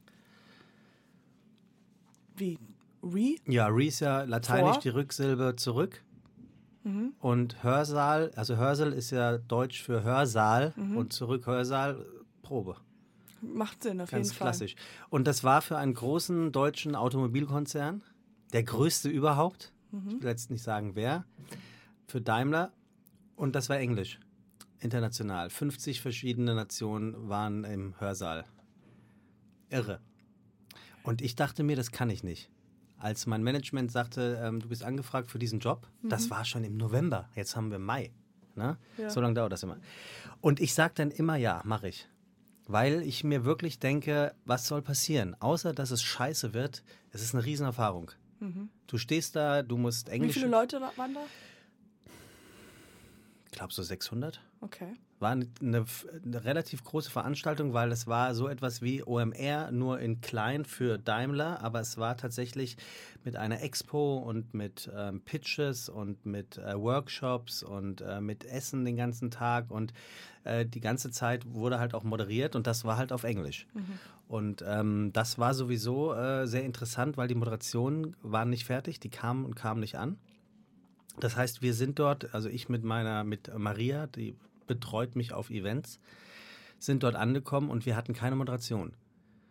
Wie? Re? Ja, Re ist ja lateinisch Vor? die Rücksilbe zurück. Mhm. Und Hörsaal, also Hörsaal ist ja Deutsch für Hörsaal Mhm. und zurück Saal, Probe. Macht Sinn, auf Ganz jeden Fall. klassisch. Und das war für einen großen deutschen Automobilkonzern, der größte überhaupt. Mhm. Ich will jetzt nicht sagen wer. Für Daimler. Und das war Englisch. International. fünfzig verschiedene Nationen waren im Hörsaal. Irre. Und ich dachte mir, das kann ich nicht. Als mein Management sagte, ähm, du bist angefragt für diesen Job, das war schon im November. Jetzt haben wir Mai. Ne? Ja. So lange dauert das immer. Und ich sage dann immer, ja, mache ich. Weil ich mir wirklich denke, was soll passieren? Außer, dass es scheiße wird, es ist eine Riesenerfahrung. Mhm. Du stehst da, du musst Wie Englisch... viele Leute wa- waren da? Ich glaube so sechshundert. Okay. War eine, eine, eine relativ große Veranstaltung, weil es war so etwas wie O M R, nur in klein für Daimler, aber es war tatsächlich mit einer Expo und mit ähm, Pitches und mit äh, Workshops und äh, mit Essen den ganzen Tag und äh, die ganze Zeit wurde halt auch moderiert und das war halt auf Englisch. Mhm. Und ähm, das war sowieso äh, sehr interessant, weil die Moderationen waren nicht fertig, die kamen und kamen nicht an. Das heißt, wir sind dort, also ich mit meiner, mit Maria, die betreut mich auf Events, sind dort angekommen und wir hatten keine Moderation.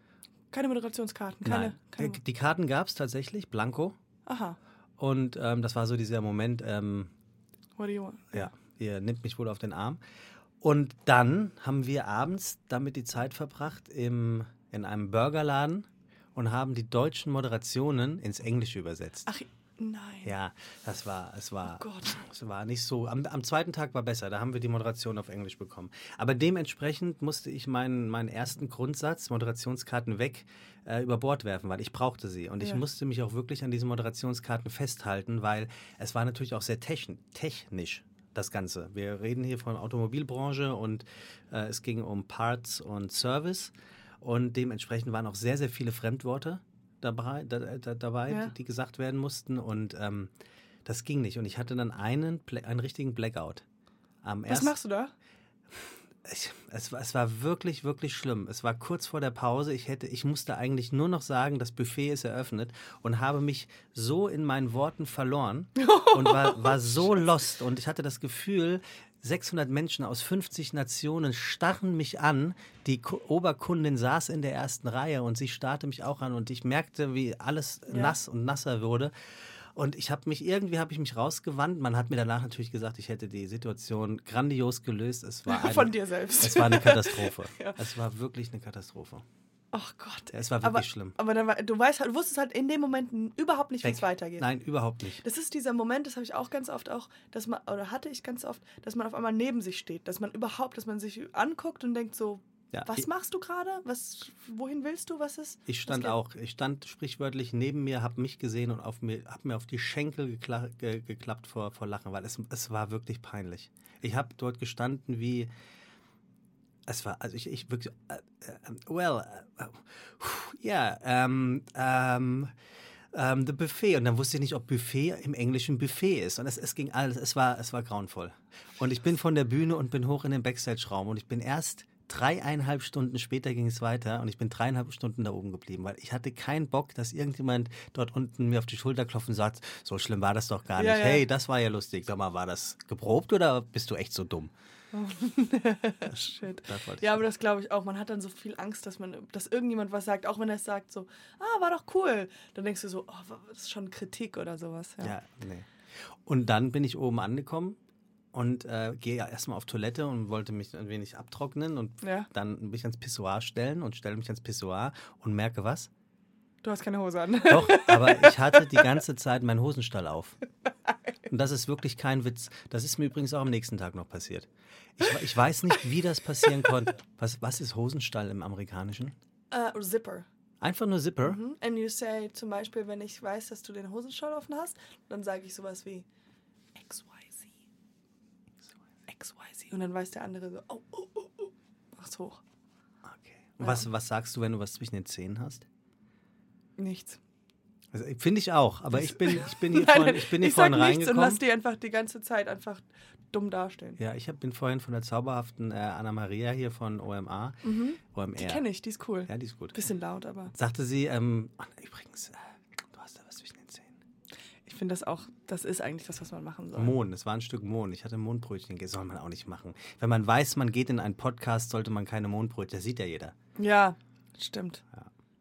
Keine Moderationskarten? Keine, Nein. keine Die Karten gab es tatsächlich, blanko. Aha. Und ähm, das war so dieser Moment, ähm, What do you want? ja, ihr nimmt mich wohl auf den Arm. Und dann haben wir abends damit die Zeit verbracht im, in einem Burgerladen und haben die deutschen Moderationen ins Englische übersetzt. Ach, nein. Ja, das war, es war, Oh Gott. es war nicht so. Am, am zweiten Tag war besser, da haben wir die Moderation auf Englisch bekommen. Aber dementsprechend musste ich meinen, meinen ersten Grundsatz, Moderationskarten weg, äh, über Bord werfen, weil ich brauchte sie. Und ich Ja. musste mich auch wirklich an diesen Moderationskarten festhalten, weil es war natürlich auch sehr techn- technisch, das Ganze. Wir reden hier von Automobilbranche und äh, es ging um Parts und Service. Und dementsprechend waren auch sehr, sehr viele Fremdworte dabei, da, da, dabei Ja. die, die gesagt werden mussten. Und ähm, das ging nicht. Und ich hatte dann einen, Bla- einen richtigen Blackout. Am Was ersten- machst du da? ich, es, war, es war wirklich, wirklich schlimm. Es war kurz vor der Pause. Ich hätte, ich musste eigentlich nur noch sagen, das Buffet ist eröffnet und habe mich so in meinen Worten verloren und war, war so lost. Und ich hatte das Gefühl, sechshundert Menschen aus fünfzig Nationen starren mich an. Die Ku- Oberkundin saß in der ersten Reihe und sie starrte mich auch an und ich merkte, wie alles Ja. nass und nasser wurde. Und ich habe mich, irgendwie habe ich mich rausgewandt. Man hat mir danach natürlich gesagt, ich hätte die Situation grandios gelöst. Es war eine, Von dir selbst. Es war eine Katastrophe. Ja. Es war wirklich eine Katastrophe. Ach Gott. Es war wirklich aber, schlimm. Aber dann war, du weißt halt, du wusstest halt in dem Moment n- überhaupt nicht, wie es Weg. weitergeht. Nein, überhaupt nicht. Das ist dieser Moment, das habe ich auch ganz oft auch, dass man, oder hatte ich ganz oft, dass man auf einmal neben sich steht, dass man überhaupt, dass man sich anguckt und denkt so, Ja, was ich- machst du gerade? Was, wohin willst du? Was ist? Ich stand was geht? auch, ich stand sprichwörtlich neben mir, habe mich gesehen und auf mir, habe mir auf die Schenkel gekla ge geklappt vor, vor Lachen, weil es, es war wirklich peinlich. Ich habe dort gestanden wie, es war, also ich, ich wirklich, äh, äh, well, äh, ja, ähm, ähm, ähm, the Buffet. Und dann wusste ich nicht, ob Buffet im Englischen Buffet ist. Und es, es ging alles, es war, es war grauenvoll. Und ich bin von der Bühne und bin hoch in den Backstage-Raum und ich bin erst dreieinhalb Stunden später ging es weiter und ich bin dreieinhalb Stunden da oben geblieben, weil ich hatte keinen Bock, dass irgendjemand dort unten mir auf die Schulter klopft und sagt, so schlimm war das doch gar nicht. Ja, ja. Hey, das war ja lustig. Sag mal, war das geprobt oder bist du echt so dumm? Shit. Das wollte ich Ja, aber das glaube ich auch. Man hat dann so viel Angst, dass man, dass irgendjemand was sagt, auch wenn er es sagt, so, ah, war doch cool. Dann denkst du so, oh, das ist schon Kritik oder sowas. Ja. Ja, nee. Und dann bin ich oben angekommen und äh, gehe ja erstmal auf Toilette und wollte mich ein wenig abtrocknen und Ja. dann mich ans Pissoir stellen und stelle mich ans Pissoir und merke was? Du hast keine Hose an. Doch, aber ich hatte die ganze Zeit meinen Hosenstall auf. Und das ist wirklich kein Witz. Das ist mir übrigens auch am nächsten Tag noch passiert. Ich, ich weiß nicht, wie das passieren konnte. Was, was ist Hosenstall im Amerikanischen? Äh, Zipper. Einfach nur Zipper? Mhm. And you say, zum Beispiel, wenn ich weiß, dass du den Hosenstall offen hast, dann sage ich sowas wie X Y Z. X Y Z. Und dann weiß der andere so, oh, oh, oh, oh. Mach's hoch. Okay. Und was, was sagst du, wenn du was zwischen den Zähnen hast? Nichts. Also, Finde ich auch, aber ich bin, ich bin hier, Nein, vorhin, ich bin hier ich sag vorhin nichts und lass reingekommen. die einfach die ganze Zeit einfach dumm dastehen. Ja, ich hab, bin vorhin von der zauberhaften äh, Anna Maria hier von O M A. O M R. Die kenne ich, die ist cool. Ja, die ist gut. Bisschen laut, aber Sagte sie, ähm, ach, übrigens, äh, du hast da was zwischen den Zähnen. ich finde das auch, das ist eigentlich das, was man machen soll. Mohn, es war ein Stück Mohn. Ich hatte Mohnbrötchen, gegessen. Soll man auch nicht machen. Wenn man weiß, man geht in einen Podcast, sollte man keine Mohnbrötchen, das sieht ja jeder. Ja, stimmt. Ja.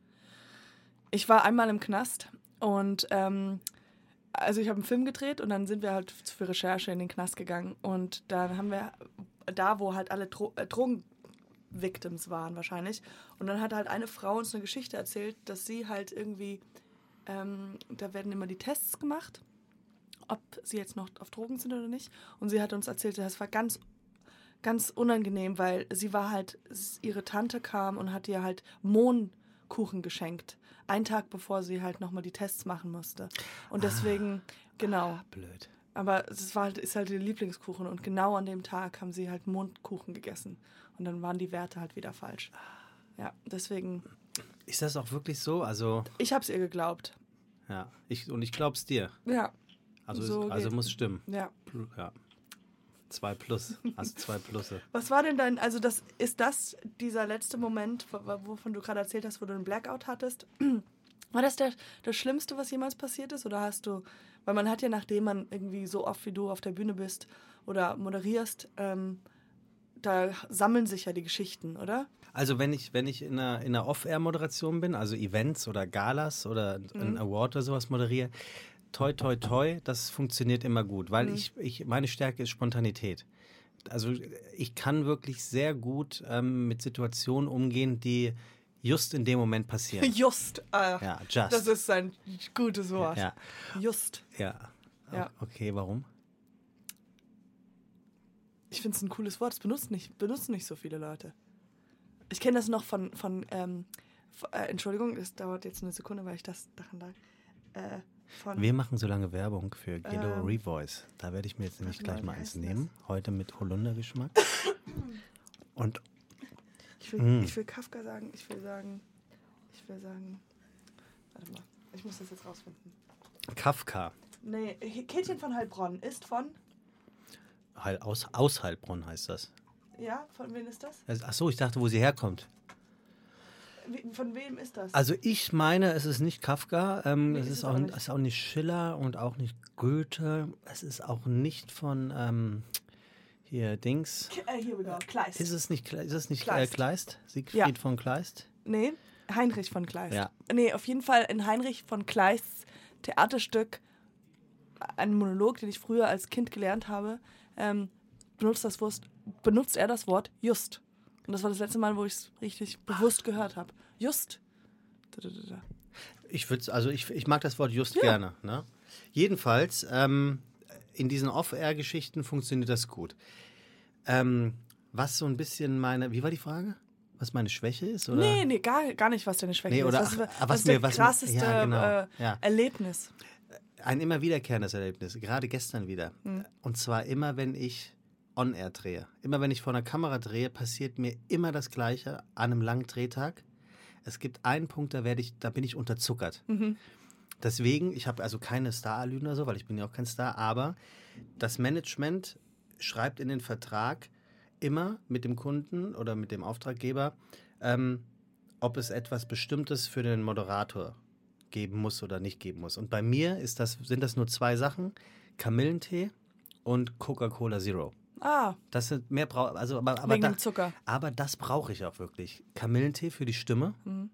Ich war einmal im Knast und ähm, also ich habe einen Film gedreht und dann sind wir halt für Recherche in den Knast gegangen und dann haben wir da, wo halt alle Dro äh, Drogen-Victims waren wahrscheinlich und dann hat halt eine Frau uns eine Geschichte erzählt, dass sie halt irgendwie, ähm, da werden immer die Tests gemacht, ob sie jetzt noch auf Drogen sind oder nicht und sie hat uns erzählt, das war ganz ganz unangenehm, weil sie war halt, ihre Tante kam und hat ihr halt Mohnkuchen geschenkt. Einen Tag bevor sie halt nochmal die Tests machen musste. Und deswegen, genau. Blöd. Aber es war halt, ist halt ihr Lieblingskuchen und genau an dem Tag haben sie halt Mohnkuchen gegessen. Und dann waren die Werte halt wieder falsch. Ja, deswegen, Ist das auch wirklich so? Also, ich hab's ihr geglaubt. ja. Ich, und ich glaub's dir. Ja, Also, So also geht- muss stimmen. ja. Pl- Ja. Zwei plus. Hast zwei Plusse. Was war denn dein, also das, ist das dieser letzte Moment, w- wovon du gerade erzählt hast, wo du einen Blackout hattest? War das der, das Schlimmste, was jemals passiert ist? Oder hast du, weil man hat ja, nachdem man irgendwie so oft wie du auf der Bühne bist oder moderierst, ähm, da sammeln sich ja die Geschichten, oder? Also wenn ich, wenn ich in einer, in einer Off-Air-Moderation bin, also Events oder Galas oder mhm. ein Award oder sowas moderiere, toi, toi, toi, das funktioniert immer gut, weil mhm. ich, ich, meine Stärke ist Spontanität. Also ich kann wirklich sehr gut ähm, mit Situationen umgehen, die just in dem Moment passieren. Just. Äh, ja, just. Das ist ein gutes Wort. Ja. Just. Ja. ja. Okay, warum? Ich finde es ein cooles Wort. Das benutzen nicht, benutzen nicht so viele Leute. Ich kenne das noch von, von, ähm, von äh, Entschuldigung, das dauert jetzt eine Sekunde, weil ich das daran lag. Äh, von, Wir machen so lange Werbung für Gelo ähm, Revoice. Da werde ich mir jetzt nämlich gleich mal eins nehmen. Das? Heute mit Holundergeschmack. Und ich will, mm. ich will Kafka sagen. Ich will sagen. Ich will sagen. Warte mal. Ich muss das jetzt rausfinden. Kafka. Nee, Käthchen von Heilbronn ist von. Heil, aus, aus Heilbronn heißt das. Ja, von wem ist das? Ach so, ich dachte, wo sie herkommt. Wie, von wem ist das? Also ich meine, es ist nicht Kafka, ähm, nee, es ist ist, es auch, auch nicht. ist auch nicht Schiller und auch nicht Goethe. Es ist auch nicht von ähm, hier Dings. K äh, hier we go. Kleist. Ist es nicht, ist es nicht Kleist. Äh, Kleist? Siegfried ja. von Kleist? Nee, Heinrich von Kleist. Ja. Nee, auf jeden Fall in Heinrich von Kleists Theaterstück, ein Monolog, den ich früher als Kind gelernt habe, ähm, benutzt, das Wort, benutzt er das Wort just. Und das war das letzte Mal, wo ich es richtig bewusst gehört habe. Just. Ich würde, also ich, ich mag das Wort just ja. gerne. Ne? Jedenfalls, ähm, in diesen Off-Air-Geschichten funktioniert das gut. Ähm, was so ein bisschen meine, wie war die Frage? Was meine Schwäche ist? Oder? Nee, nee, gar, gar nicht, was deine Schwäche nee, oder, ist. Was, ach, was, was ist mir, der was krasseste ja, genau. äh, ja. Erlebnis? Ein immer wiederkehrendes Erlebnis, gerade gestern wieder. Hm. Und zwar immer, wenn ich On-Air drehe. Immer, wenn ich vor einer Kamera drehe, passiert mir immer das Gleiche an einem langen Drehtag. Es gibt einen Punkt, da, werde ich, da bin ich unterzuckert. Mhm. Deswegen, ich habe also keine Star-Allüren oder so, weil ich bin ja auch kein Star, aber das Management schreibt in den Vertrag immer mit dem Kunden oder mit dem Auftraggeber, ähm, ob es etwas Bestimmtes für den Moderator geben muss oder nicht geben muss. Und bei mir ist das, sind das nur zwei Sachen, Kamillentee und Coca-Cola Zero. Ah. Das sind mehr brau also aber, aber wegen da, dem Zucker. Aber das brauche ich auch wirklich. Kamillentee für die Stimme mhm.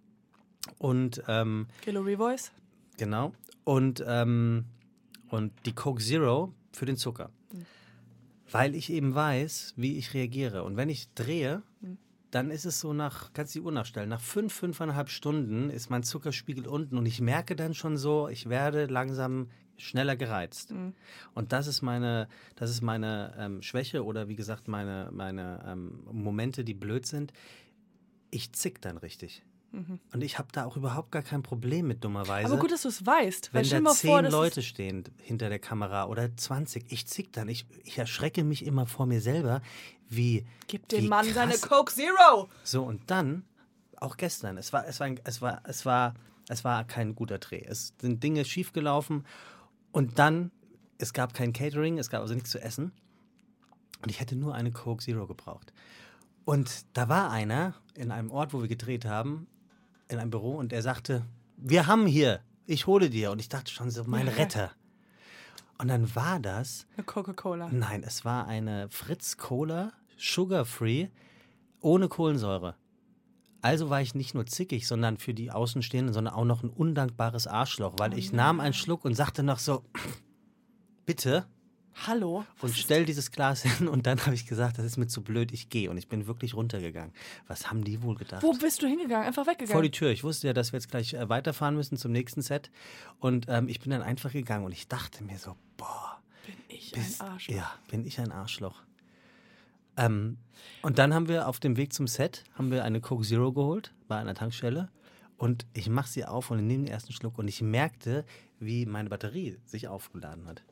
und ähm, Gelo Revoice. Genau. Und ähm, und die Coke Zero für den Zucker. Mhm. Weil ich eben weiß, wie ich reagiere. Und wenn ich drehe, mhm. dann ist es so nach, kannst du die Uhr nachstellen, nach fünf, fünfeinhalb Stunden ist mein Zuckerspiegel unten und ich merke dann schon so, ich werde langsam schneller gereizt. Mhm. Und das ist meine, das ist meine ähm, Schwäche oder wie gesagt meine, meine ähm, Momente, die blöd sind. Ich zick dann richtig. Mhm. Und ich habe da auch überhaupt gar kein Problem mit, dummerweise. Aber gut, dass du es weißt. Wenn weil da zehn vor, Leute stehen hinter der Kamera oder zwanzig, ich zick dann. Ich, ich erschrecke mich immer vor mir selber, wie Gib dem wie Mann krass. seine Coke Zero! So, und dann, auch gestern, es war, es war, es war, es war, es war kein guter Dreh. Es sind Dinge schiefgelaufen und dann, es gab kein Catering, es gab also nichts zu essen und ich hätte nur eine Coke Zero gebraucht. Und da war einer in einem Ort, wo wir gedreht haben, in einem Büro und er sagte, wir haben hier, ich hole dir. Und ich dachte schon so, mein Retter. Und dann war das... Eine Coca-Cola. Nein, es war eine Fritz-Cola, sugar-free, ohne Kohlensäure. Also war ich nicht nur zickig, sondern für die Außenstehenden, sondern auch noch ein undankbares Arschloch, weil oh ich nahm einen Schluck und sagte noch so, bitte... Hallo? Und stell dieses Glas hin und dann habe ich gesagt, das ist mir zu blöd, ich gehe. Und ich bin wirklich runtergegangen. Was haben die wohl gedacht? Wo bist du hingegangen? Einfach weggegangen? Vor die Tür. Ich wusste ja, dass wir jetzt gleich äh, weiterfahren müssen zum nächsten Set. Und ähm, ich bin dann einfach gegangen und ich dachte mir so, boah. Bin ich bist, ein Arschloch? Ja, bin ich ein Arschloch. Ähm, und dann haben wir auf dem Weg zum Set, haben wir eine Coke Zero geholt bei einer Tankstelle. Und ich mache sie auf und nehme den ersten Schluck. Und ich merkte, wie meine Batterie sich aufgeladen hat.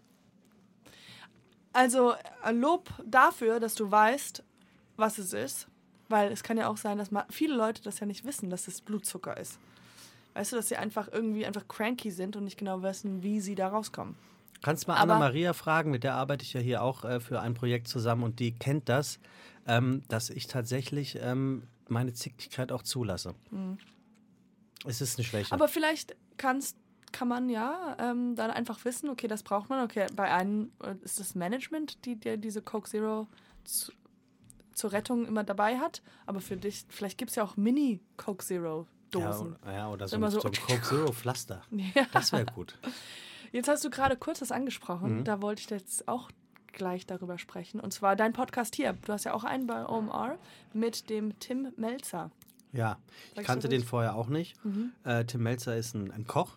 Also Lob dafür, dass du weißt, was es ist. Weil es kann ja auch sein, dass man, viele Leute das ja nicht wissen, dass es Blutzucker ist. Weißt du, dass sie einfach irgendwie einfach cranky sind und nicht genau wissen, wie sie da rauskommen. Kannst mal Aber Anna-Maria fragen, mit der arbeite ich ja hier auch äh, für ein Projekt zusammen und die kennt das, ähm, dass ich tatsächlich ähm, meine Zickigkeit auch zulasse. Mhm. Es ist eine Schwäche. Aber vielleicht kannst kann man ja ähm, dann einfach wissen, okay, das braucht man. Okay, bei einem äh, ist das Management, die dir diese Coke Zero zu, zur Rettung immer dabei hat. Aber für dich, vielleicht gibt es ja auch Mini-Coke Zero-Dosen. Ja, ja, oder so, Immer so, so- ein Coke Zero Pflaster. Ja. Das wäre gut. Jetzt hast du gerade kurz das angesprochen. Mhm. Da wollte ich jetzt auch gleich darüber sprechen. Und zwar dein Podcast hier. Du hast ja auch einen bei O M R mit dem Tim Melzer. Ja, ich Sagst kannte du den das? vorher auch nicht. Mhm. Äh, Tim Melzer ist ein, ein Koch.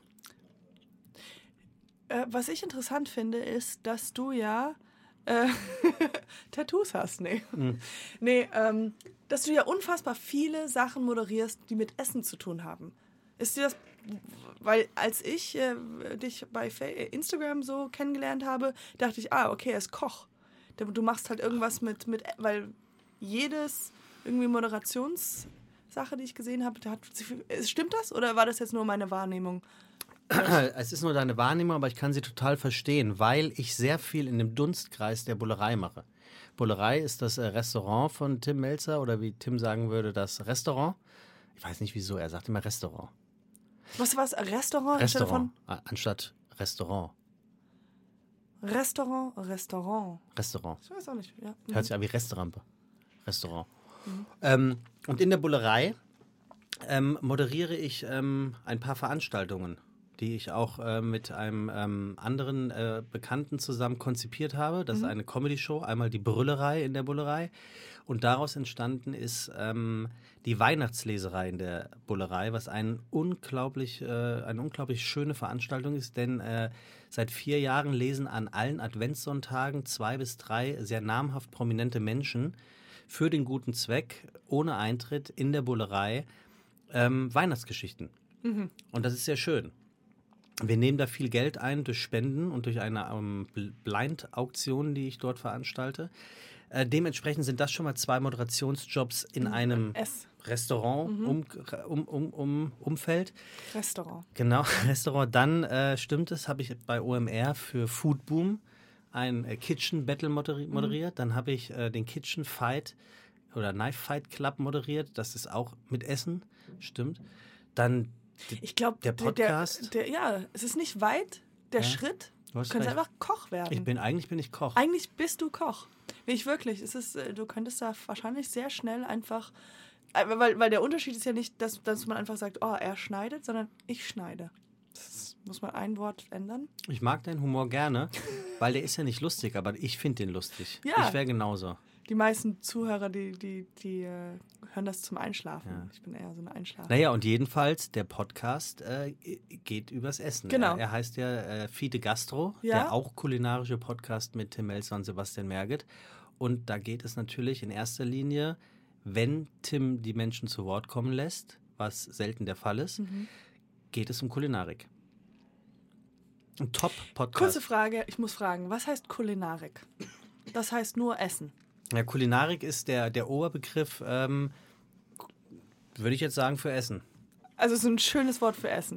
Äh, was ich interessant finde, ist, dass du ja äh, Tattoos hast. Nee, Mhm. nee ähm, dass du ja unfassbar viele Sachen moderierst, die mit Essen zu tun haben. Ist dir das, weil als ich äh, dich bei Fa- Instagram so kennengelernt habe, dachte ich, ah, okay, er ist Koch. Du du machst halt irgendwas mit, mit weil jedes irgendwie Moderationssache, die ich gesehen habe, hat, stimmt das oder war das jetzt nur meine Wahrnehmung? Es ist nur deine Wahrnehmung, aber ich kann sie total verstehen, weil ich sehr viel in dem Dunstkreis der Bullerei mache. Bullerei ist das äh, Restaurant von Tim Melzer oder wie Tim sagen würde, das Restaurant. Ich weiß nicht wieso, er sagt immer Restaurant. Was war es? Restaurant? anstelle Restaurant, a- anstatt Restaurant. Von Restaurant, Restaurant. Restaurant. Ich weiß auch nicht. Ja. Hört sich an wie Restaurant. Restaurant. Ähm, und in der Bullerei ähm, moderiere ich ähm, ein paar Veranstaltungen, die ich auch äh, mit einem ähm, anderen äh, Bekannten zusammen konzipiert habe. Das ist eine Comedy-Show, einmal die Brüllerei in der Bullerei. Und daraus entstanden ist ähm, die Weihnachtsleserei in der Bullerei, was ein unglaublich, äh, eine unglaublich schöne Veranstaltung ist, denn äh, seit vier Jahren lesen an allen Adventssonntagen zwei bis drei sehr namhaft prominente Menschen für den guten Zweck, ohne Eintritt in der Bullerei, ähm, Weihnachtsgeschichten. Und das ist sehr schön. Wir nehmen da viel Geld ein durch Spenden und durch eine ähm, Blind-Auktion, die ich dort veranstalte. Äh, dementsprechend sind das schon mal zwei Moderationsjobs in einem S. Restaurant um, um, um, um, Umfeld. Restaurant. Genau, Restaurant. Dann äh, stimmt es, habe ich bei O M R für Food Boom ein äh, Kitchen Battle moderi moderiert. Dann habe ich äh, den Kitchen Fight oder Knife Fight Club moderiert. Das ist auch mit Essen, stimmt. Dann die- Ich glaube, der Podcast. Der, der, ja, es ist nicht weit, der Ja, Schritt. du hast Du könntest recht. einfach Koch werden. Ich bin eigentlich bin ich Koch. Eigentlich bist du Koch. Nicht wirklich. Es ist, äh, du könntest da wahrscheinlich sehr schnell einfach. äh, Weil, weil der Unterschied ist ja nicht, dass, dass man einfach sagt, oh, er schneidet, sondern ich schneide. Das muss man ein Wort ändern. Ich mag deinen Humor gerne, weil der ist ja nicht lustig, aber ich finde den lustig. Ja. Ich wäre genauso. Die meisten Zuhörer, die, die, die äh, hören das zum Einschlafen. Ja. Ich bin eher so ein Einschlafen. Naja, und jedenfalls, der Podcast äh, geht übers Essen. Genau. Er, er heißt ja äh, Fide Gastro, Ja. der auch kulinarische Podcast mit Tim Melzer und Sebastian Merget. Und da geht es natürlich in erster Linie, wenn Tim die Menschen zu Wort kommen lässt, was selten der Fall ist, Mhm. geht es um Kulinarik. Ein Top-Podcast. Kurze Frage, ich muss fragen, was heißt Kulinarik? Das heißt nur Essen. Ja, Kulinarik ist der, der Oberbegriff, ähm, würde ich jetzt sagen, für Essen. Also so ein schönes Wort für Essen.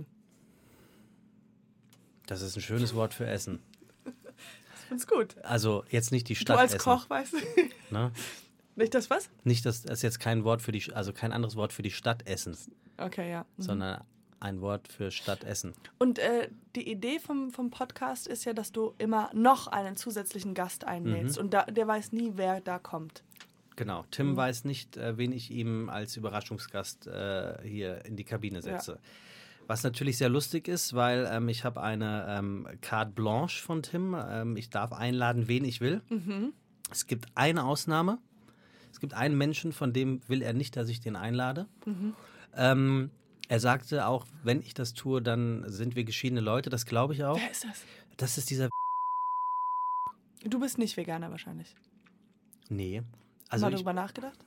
Das ist ein schönes Wort für Essen. Ich find's gut. Also jetzt nicht die Du Stadt als Essen. Koch, weißt du? Ne? Nicht das was? Nicht, dass das ist jetzt kein Wort für die, also kein anderes Wort für die Stadt Essen, Okay, ja. Mhm. sondern ein Wort für Stadt Essen. Und äh, die Idee vom, vom Podcast ist ja, dass du immer noch einen zusätzlichen Gast einlädst. Mhm. Und da, der weiß nie, wer da kommt. Genau. Tim Mhm. weiß nicht, äh, wen ich ihm als Überraschungsgast äh, hier in die Kabine setze. Was natürlich sehr lustig ist, weil ähm, ich habe eine ähm, Carte Blanche von Tim. Ähm, ich darf einladen, wen ich will. Mhm. Es gibt eine Ausnahme. Es gibt einen Menschen, von dem will er nicht, dass ich den einlade. Mhm. Ähm, er sagte auch, wenn ich das tue, dann sind wir geschiedene Leute. Das glaube ich auch. Wer ist das? Das ist dieser... Du bist nicht Veganer wahrscheinlich. Nee. Hast Also du mal ich, drüber nachgedacht?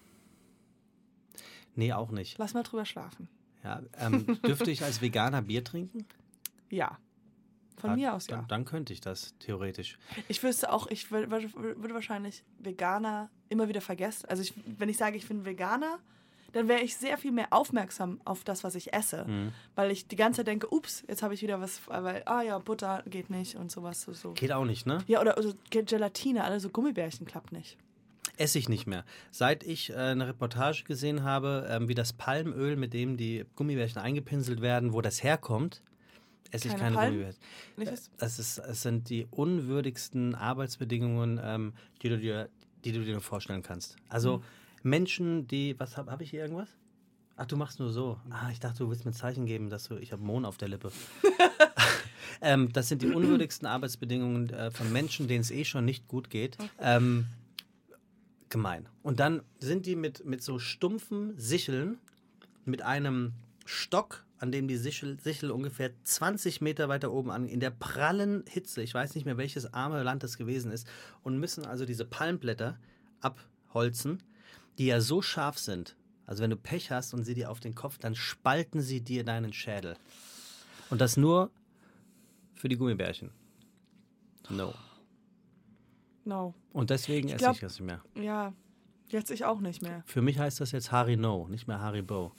nee, auch nicht. Lass mal drüber schlafen. Ja, ähm, dürfte ich als Veganer Bier trinken? Ja. Von Ja, mir aus ja. Dann, dann könnte ich das, theoretisch. Ich wüsste auch, ich wür- wür- würde wahrscheinlich Veganer immer wieder vergessen. Also ich, wenn ich sage, ich bin Veganer, dann wäre ich sehr viel mehr aufmerksam auf das, was ich esse. Mhm. Weil ich die ganze Zeit denke, ups, jetzt habe ich wieder was, weil, ah ja, Butter geht nicht und sowas. So, so. Geht auch nicht, ne? Ja, oder, oder Gelatine, alle so Gummibärchen klappt nicht. Esse ich nicht mehr. Seit ich äh, eine Reportage gesehen habe, ähm, wie das Palmöl, mit dem die Gummibärchen eingepinselt werden, wo das herkommt, esse ich Keine keine Palm- Gummibärchen. Nicht was? Das ist, es sind die unwürdigsten Arbeitsbedingungen, ähm, die du dir die du dir nur vorstellen kannst. Also Mhm. Menschen, die, was habe hab ich hier irgendwas? Ach, du machst nur so. Ah, ich dachte, du willst mir ein Zeichen geben, dass du, ich habe Mohn auf der Lippe. ähm, das sind die unwürdigsten Arbeitsbedingungen äh, von Menschen, denen es eh schon nicht gut geht. Ähm, gemein. Und dann sind die mit, mit so stumpfen Sicheln, mit einem Stock, an dem die Sichel, Sichel ungefähr zwanzig Meter weiter oben an, in der prallen Hitze, ich weiß nicht mehr, welches arme Land das gewesen ist, und müssen also diese Palmblätter abholzen, die ja so scharf sind. Also wenn du Pech hast und sie dir auf den Kopf, dann spalten sie dir deinen Schädel. Und das nur für die Gummibärchen. No. No. Und deswegen Ich esse glaub- ich das nicht mehr. Ja, jetzt ich auch nicht mehr. Für mich heißt das jetzt Harry No, nicht mehr Haribo.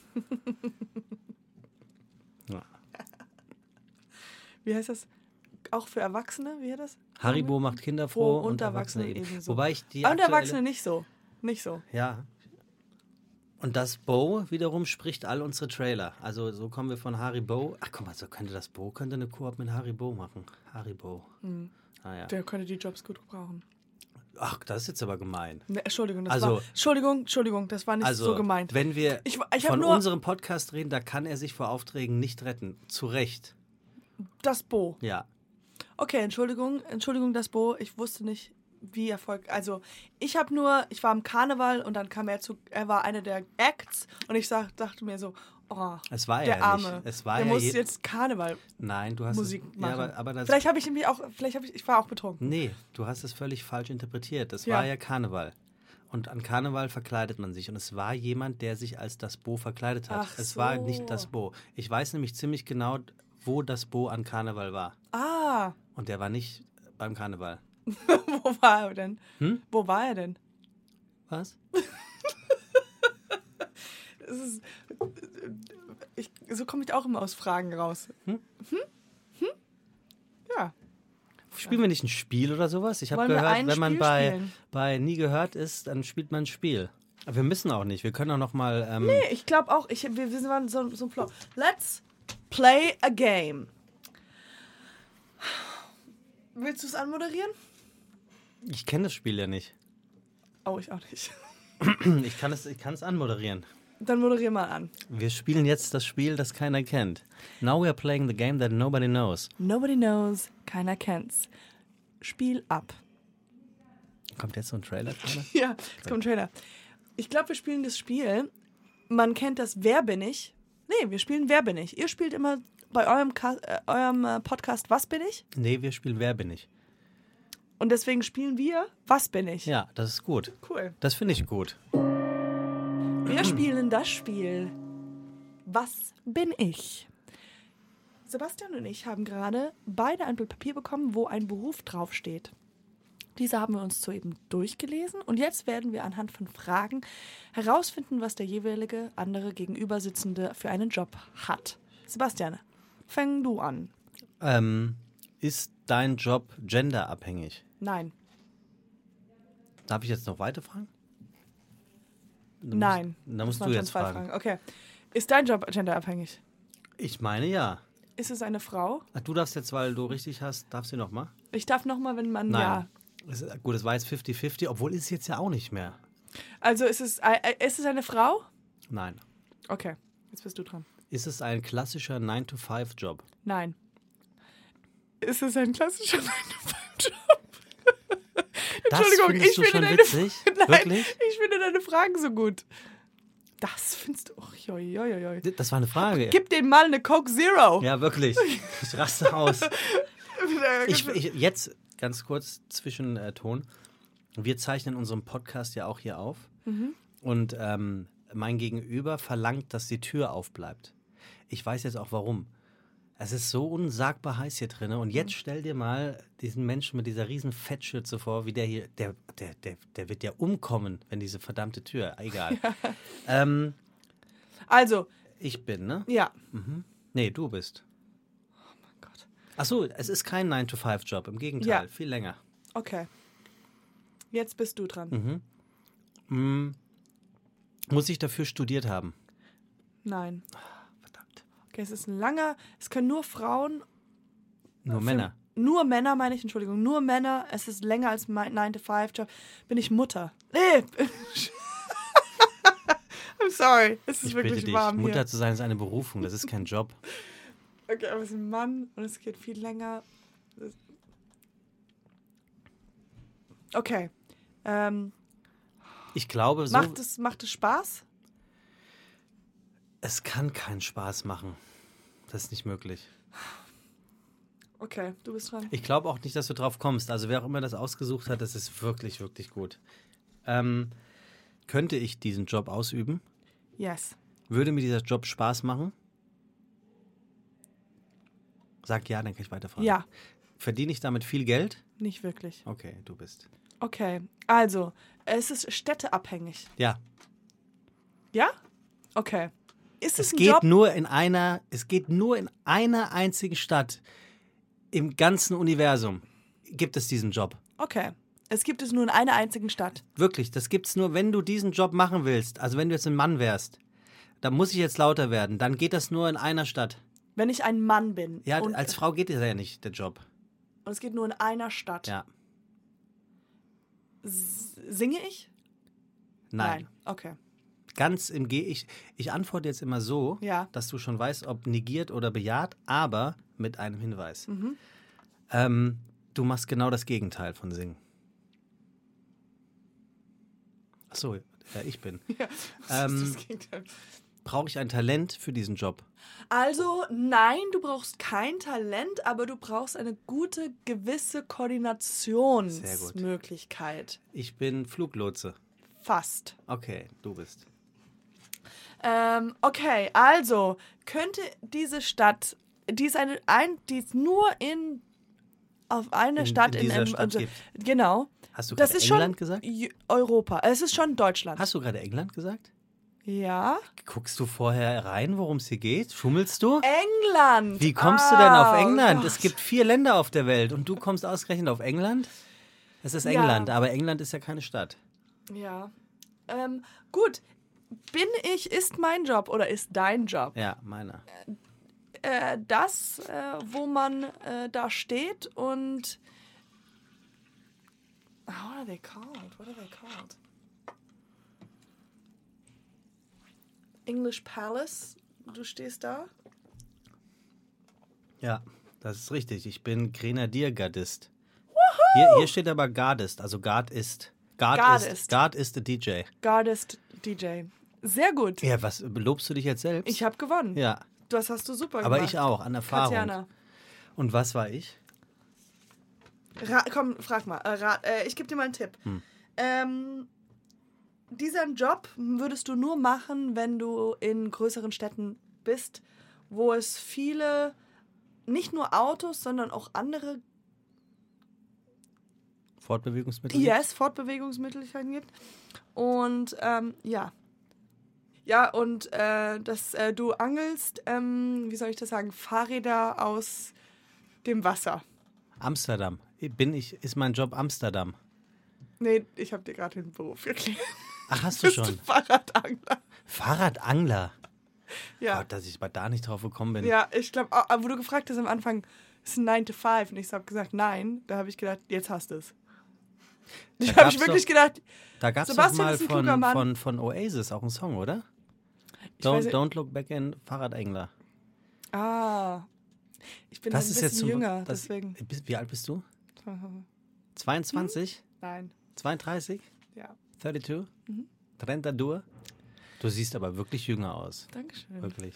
Ja. Wie heißt das? Auch für Erwachsene? Wie heißt das? Haribo macht Kinder froh und und Erwachsene Erwachsene eben. ebenso. Wobei ich die Und aktuelle- Erwachsene nicht so. Nicht so. Ja. Und das Bo wiederum spricht all unsere Trailer. Also so kommen wir von Haribo. Ach guck mal, so könnte das Bo, könnte eine Koop mit Haribo machen. Haribo. Mhm. Ah ja. Der könnte die Jobs gut gebrauchen. Ach, das ist jetzt aber gemein. Ne, Entschuldigung, das Also- war. Entschuldigung, Entschuldigung, das war nicht Also, so gemeint. wenn wir Ich, ich habe von nur unserem Podcast reden, da kann er sich vor Aufträgen nicht retten. Zu Recht. das Bo. Ja. Okay, Entschuldigung, Entschuldigung, das Bo. Ich wusste nicht, wie erfolgreich. Also, ich habe nur, ich war im Karneval und dann kam er zu, er war einer der Acts und ich sag, dachte mir so, oh, Es war der ja Arme, nicht. Es war der ja muss je- jetzt Karneval Nein, du hast Musik es, machen. Ja, aber, aber das, Vielleicht habe ich mich auch, vielleicht habe ich, ich war auch betrunken. Nee, du hast es völlig falsch interpretiert. Das Ja. war ja Karneval. Und an Karneval verkleidet man sich. Und es war jemand, der sich als das Bo verkleidet hat. Ach es war so. nicht das Bo. Ich weiß nämlich ziemlich genau, wo das Bo an Karneval war. Ah, Und der war nicht beim Karneval. wo war er denn? Hm? Wo war er denn? Was? Es ist, ich, so komme ich auch immer aus Fragen raus. Hm? Hm? Hm? Ja. Spielen wir nicht ein Spiel oder sowas? Ich habe Wollen wir gehört, ein wenn man Spiel bei, spielen? bei Nie gehört ist, dann spielt man ein Spiel. Aber wir müssen auch nicht. Wir können auch noch mal... Ähm, Nee, ich glaube auch, ich, wir, wir sind so, so ein Flow. Let's play a game. Willst du es anmoderieren? Ich kenne das Spiel ja nicht. Oh, ich auch nicht. Ich kann es, ich kann es anmoderieren. Dann moderier mal an. Wir spielen jetzt das Spiel, das keiner kennt. Now we are playing the game that nobody knows. Nobody knows, keiner kennt's. Spiel ab. Kommt jetzt so ein Trailer gerade? Ja, jetzt kommt ein Trailer. Ich glaube, wir spielen das Spiel. Man kennt das Wer bin ich? Nee, wir spielen Wer bin ich? Ihr spielt immer bei eurem, Ka äh, eurem äh, Podcast Was bin ich? Nee, wir spielen Wer bin ich? Und deswegen spielen wir Was bin ich? Ja, das ist gut. Cool. Das finde ich gut. Wir spielen das Spiel Was bin ich? Sebastian und ich haben gerade beide ein Blatt Papier bekommen, wo ein Beruf draufsteht. Diese haben wir uns soeben durchgelesen und jetzt werden wir anhand von Fragen herausfinden, was der jeweilige andere Gegenübersitzende für einen Job hat. Sebastian, fang du an. Ähm, ist dein Job genderabhängig? Nein. Darf ich jetzt noch weiter fragen? Nein. Da musst Das du waren schon jetzt zwei fragen. Okay. Ist dein Job genderabhängig? Ich meine ja. Ist es eine Frau? Ach, du darfst jetzt, weil du richtig hast, darfst du noch mal? Ich darf nochmal, wenn man Nein. ja. Es ist, gut, es war jetzt fifty fifty, obwohl ist es jetzt ja auch nicht mehr. Also ist es, äh, ist es eine Frau? Nein. Okay, jetzt bist du dran. Ist es ein klassischer nine to five Job? Nein. Ist es ein klassischer nine to five Job? Das Entschuldigung, findest ich du finde schon deine, witzig? Nein, Wirklich? ich finde deine Fragen so gut. Das findest du. Oh, joi, joi, joi. Das war eine Frage. Gib den mal eine Coke Zero. Ja, wirklich. Ich raste aus. Ich, ich, jetzt ganz kurz Zwischenton. Wir zeichnen unseren Podcast ja auch hier auf. Mhm. Und ähm, mein Gegenüber verlangt, dass die Tür aufbleibt. Ich weiß jetzt auch warum. Es ist so unsagbar heiß hier drin. Und jetzt stell dir mal diesen Menschen mit dieser riesen Fettschürze vor, wie der hier, der, der, der, der wird ja umkommen, wenn diese verdammte Tür, egal. Ja. Ähm, Also, ich bin, ne? ja. Mhm. Nee, du bist. Oh mein Gott. Ach so, es ist kein nine to five Job, im Gegenteil, Ja. viel länger. Okay. Jetzt bist du dran. Mhm. Mhm. Muss ich dafür studiert haben? Nein. Verdammt. Okay, es ist ein langer. Es können nur Frauen. Nur Für- Männer. nur Männer, meine ich, Entschuldigung, nur Männer, es ist länger als mein nine to five Job, bin ich Mutter. Nee. I'm sorry, es ist Ich wirklich bitte dich, warm Mutter hier. zu sein ist eine Berufung, das ist kein Job. Okay, aber es ist ein Mann und es geht viel länger. Okay. Ähm, Ich glaube, so, macht, es, macht es Spaß? es kann keinen Spaß machen. Das ist nicht möglich. Okay, du bist dran. Ich glaube auch nicht, dass du drauf kommst. Also wer auch immer das ausgesucht hat, das ist wirklich, wirklich gut. Ähm, könnte ich diesen Job ausüben? Yes. Würde mir dieser Job Spaß machen? Sag ja, dann kann ich weiterfragen. Ja, Verdiene ich damit viel Geld? nicht wirklich. Okay, du bist. Okay, also, es ist städteabhängig. Ja, Ja? Okay. Ist es, es ein geht Job? nur in einer, es geht nur in einer einzigen Stadt im ganzen Universum gibt es diesen Job. Okay. Es gibt es nur in einer einzigen Stadt. Wirklich, das gibt's nur, wenn du diesen Job machen willst. Also wenn du jetzt ein Mann wärst, da muss ich jetzt lauter werden. Dann geht das nur in einer Stadt. Wenn ich ein Mann bin. Ja, und, als Frau geht das ja nicht, der Job. und es geht nur in einer Stadt. Ja, S- Singe ich? nein. Okay. Ganz im Ge. Ich, ich antworte jetzt immer so, Ja. dass du schon weißt, ob negiert oder bejaht, aber mit einem Hinweis. Mhm. Ähm, du machst genau das Gegenteil von singen. Ach so, ja, ich bin. Ja. Ähm, Das Gegenteil. Brauche ich ein Talent für diesen Job? Also, nein, du brauchst kein Talent, aber du brauchst eine gute, gewisse Koordinationsmöglichkeit. Ich bin Fluglotse. Fast. Okay, du bist. Ähm, okay, also, könnte diese Stadt, die ist, eine, ein, die ist nur in, auf eine In- Stadt in in, dieser in Stadt also, gibt's. genau. Hast du Das gerade ist England schon gesagt? J- Europa. Es ist schon Deutschland. Hast du gerade England gesagt? Ja. Guckst du vorher rein, worum es hier geht? Schummelst du? England. Wie kommst du denn auf Ah, England? Gott. Es gibt vier Länder auf der Welt und du kommst ausgerechnet auf England? Es ist Ja. England, aber England ist ja keine Stadt. Ja. Ähm, gut. Bin ich, ist mein Job oder ist dein Job Ja, meiner. äh, das, äh, wo man äh, da steht und what are they called? What are they called? English Palace. Du stehst da. Ja, das ist richtig. Ich bin Grenadiergardist. Hier, hier steht aber Gardist, also Guard ist. Guard Gardist. ist. Guard ist der D J. Gardist D J. Sehr gut. Ja, was lobst du dich jetzt selbst? Ich habe gewonnen. Ja, Das hast du super aber gemacht. ich auch, an Erfahrung. Katjana. Und was war ich? Ra komm, frag mal. Äh, rat, äh, ich gebe dir mal einen Tipp. Hm. Ähm, diesen Job würdest du nur machen, wenn du in größeren Städten bist, wo es viele, nicht nur Autos, sondern auch andere Fortbewegungsmittel? yes, Fortbewegungsmöglichkeiten gibt. Und ähm, ja. Ja, und äh, dass äh, du angelst, ähm, wie soll ich das sagen, Fahrräder aus dem Wasser. Amsterdam. Bin ich, ist mein Job Amsterdam? Nee, ich habe dir gerade den Beruf erklärt. Ach, hast Du du bist schon? Fahrradangler. Fahrradangler. Ja. Gott, dass ich bei da nicht drauf gekommen bin. Ja, ich glaube, wo du gefragt hast am Anfang, ist ein nine to five und ich habe gesagt, nein, da habe ich gedacht, jetzt hast du es. Da habe gab's ich wirklich doch- gedacht, Da gab es doch Sebastian mal ist ein kluger von, Mann. von, von Oasis auch einen Song, oder? Ich weiß Don't, nicht- don't look back in Fahrradengler. ah, ich bin Das ein ist bisschen jetzt zum, jünger, das, deswegen. Bis- Wie alt bist du? zweiundzwanzig? Nein, zweiunddreißig? ja, zweiunddreißig? Mhm. treinta-zwei? Du siehst aber wirklich jünger aus. Dankeschön. Wirklich.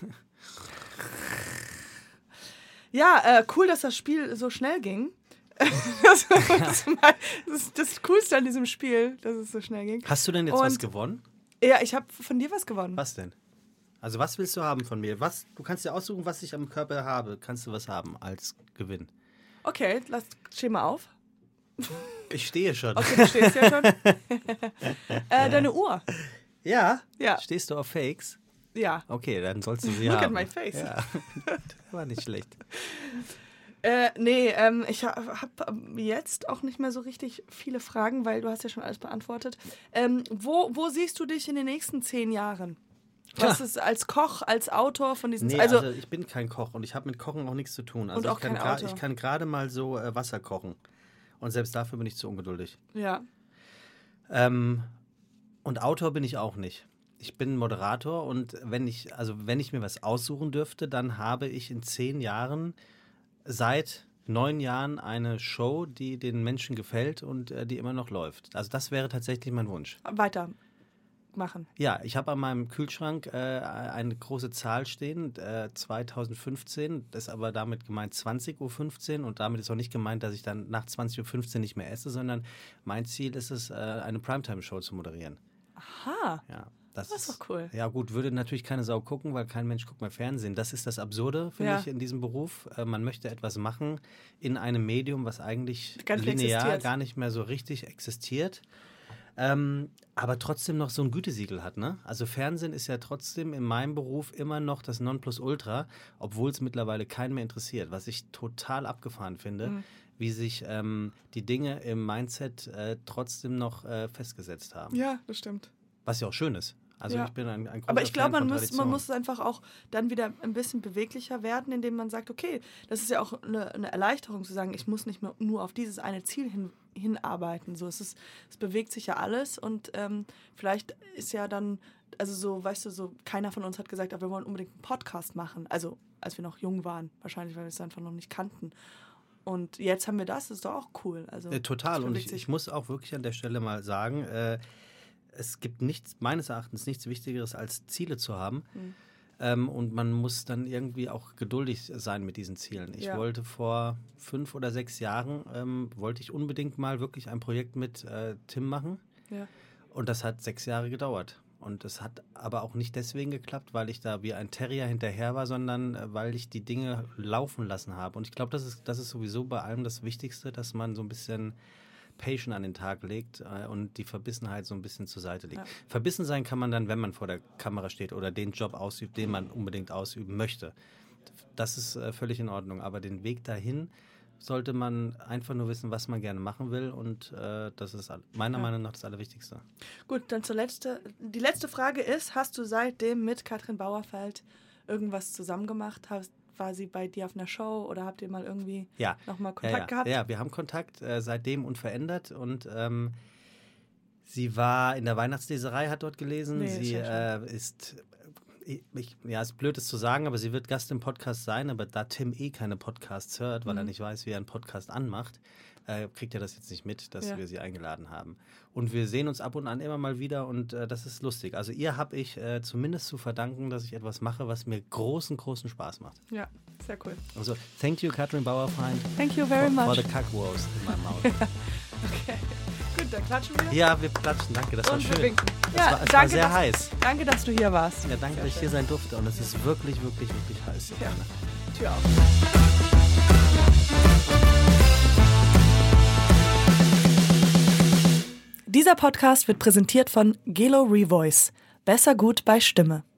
Ja, äh, cool, dass das Spiel so schnell ging. das, das, das ist das Coolste an diesem Spiel, dass es so schnell ging. Hast du denn jetzt was Und- gewonnen? Ja, ich habe von dir was gewonnen. Was denn? Also was willst du haben von mir? Was? Du kannst dir aussuchen, was ich am Körper habe. Kannst du was haben als Gewinn? Okay, lass, steh mal auf. Ich stehe schon. Okay, du stehst ja schon. äh, deine Uhr. Ja? Ja. Stehst du auf Fakes? Ja. Okay, dann sollst du sie Look at haben. my face. Ja. War nicht schlecht. Äh, nee, ähm, ich habe hab jetzt auch nicht mehr so richtig viele Fragen, weil du hast ja schon alles beantwortet. Ähm, wo, wo siehst du dich in den nächsten zehn Jahren? Was ist als Koch, als Autor von diesen... Nee, also, also ich bin kein Koch und ich habe mit Kochen auch nichts zu tun. Also Und auch ich kann kein gra- Autor. Ich kann gerade mal so äh, Wasser kochen. Und selbst dafür bin ich zu ungeduldig. ja. Ähm, und Autor bin ich auch nicht. Ich bin Moderator und wenn ich, also wenn ich mir was aussuchen dürfte, dann habe ich in zehn Jahren, seit neun Jahren eine Show, die den Menschen gefällt und äh, die immer noch läuft. Also das wäre tatsächlich mein Wunsch. Weiter machen. Ja, ich habe an meinem Kühlschrank äh, eine große Zahl stehen, äh, zweitausendfünfzehn, das ist aber damit gemeint zwanzig Uhr fünfzehn und damit ist auch nicht gemeint, dass ich dann nach zwanzig Uhr fünfzehn nicht mehr esse, sondern mein Ziel ist es, äh, eine Primetime-Show zu moderieren. Aha. Ja, das, Das ist doch cool. Ja gut, würde natürlich keine Sau gucken, weil kein Mensch guckt mehr Fernsehen. Das ist das Absurde, finde Ja. ich, in diesem Beruf. Äh, man möchte etwas machen in einem Medium, was eigentlich Gar nicht mehr linear existiert. gar nicht mehr so richtig existiert. Ähm, aber trotzdem noch so ein Gütesiegel hat, ne? Also Fernsehen ist ja trotzdem in meinem Beruf immer noch das Nonplusultra, obwohl es mittlerweile keinen mehr interessiert, was ich total abgefahren finde, Mhm. wie sich ähm, die Dinge im Mindset äh, trotzdem noch äh, festgesetzt haben. Ja, das stimmt. Was ja auch schön ist. Also Ja. ich bin ein, ein großer Aber ich glaube, Fan man von muss, Tradition. man muss es einfach auch dann wieder ein bisschen beweglicher werden, indem man sagt, okay, das ist ja auch eine, eine Erleichterung zu sagen, ich muss nicht mehr nur auf dieses eine Ziel hin, hinarbeiten. So, es, ist, es bewegt sich ja alles und ähm, vielleicht ist ja dann, also so, weißt du, so keiner von uns hat gesagt, aber wir wollen unbedingt einen Podcast machen. Also als wir noch jung waren, wahrscheinlich, weil wir es einfach noch nicht kannten. Und jetzt haben wir das, das ist doch auch cool. Also, Äh, total. das Und bewegt ich, sich. ich muss auch wirklich an der Stelle mal sagen, äh, es gibt nichts, meines Erachtens nichts Wichtigeres, als Ziele zu haben. Mhm. Ähm, und man muss dann irgendwie auch geduldig sein mit diesen Zielen. Ich Ja. wollte vor fünf oder sechs Jahren, ähm, wollte ich unbedingt mal wirklich ein Projekt mit äh, Tim machen. Ja. Und das hat sechs Jahre gedauert. Und es hat aber auch nicht deswegen geklappt, weil ich da wie ein Terrier hinterher war, sondern äh, weil ich die Dinge laufen lassen habe. Und ich glaube, das ist, das ist sowieso bei allem das Wichtigste, dass man so ein bisschen Patience an den Tag legt äh, und die Verbissenheit so ein bisschen zur Seite legt. Ja. Verbissen sein kann man dann, wenn man vor der Kamera steht oder den Job ausübt, den man unbedingt ausüben möchte. Das ist äh, völlig in Ordnung. Aber den Weg dahin sollte man einfach nur wissen, was man gerne machen will. Und äh, das ist meiner Ja. Meinung nach das Allerwichtigste. Gut, dann zur letzte. Die letzte Frage ist, hast du seitdem mit Katrin Bauerfeind irgendwas zusammen gemacht? Hast, war sie bei dir auf einer Show oder habt ihr mal irgendwie Ja. nochmal Ja, Kontakt ja. gehabt? Ja, wir haben Kontakt äh, seitdem unverändert und ähm, sie war in der Weihnachtsleserei, hat dort gelesen. Nee, sie ist ja äh, ist, ich, ich, ja, ist blöd, es zu sagen, aber sie wird Gast im Podcast sein. Aber da Tim eh keine Podcasts hört, weil Mhm. er nicht weiß, wie er einen Podcast anmacht, äh, kriegt er das jetzt nicht mit, dass Ja. wir sie eingeladen haben. Und wir sehen uns ab und an immer mal wieder und äh, das ist lustig. Also ihr habe ich äh, zumindest zu verdanken, dass ich etwas mache, was mir großen, großen Spaß macht. Ja, sehr cool. Also thank you, Katrin Bauerfeind, Thank you very for, much. for the Kackwurst in my mouth. Okay. Gut, dann klatschen wir. Ja, wir klatschen, danke, das war Und wir schön. winken. Es Ja, war, es danke, war sehr dass, heiß. Danke, dass du hier warst. Ja, danke, dass ich hier sein durfte und es ist wirklich, wirklich, wirklich heiß. hier Ja. drin. Tür auf. Dieser Podcast wird präsentiert von Gelo Revoice. Besser gut bei Stimme.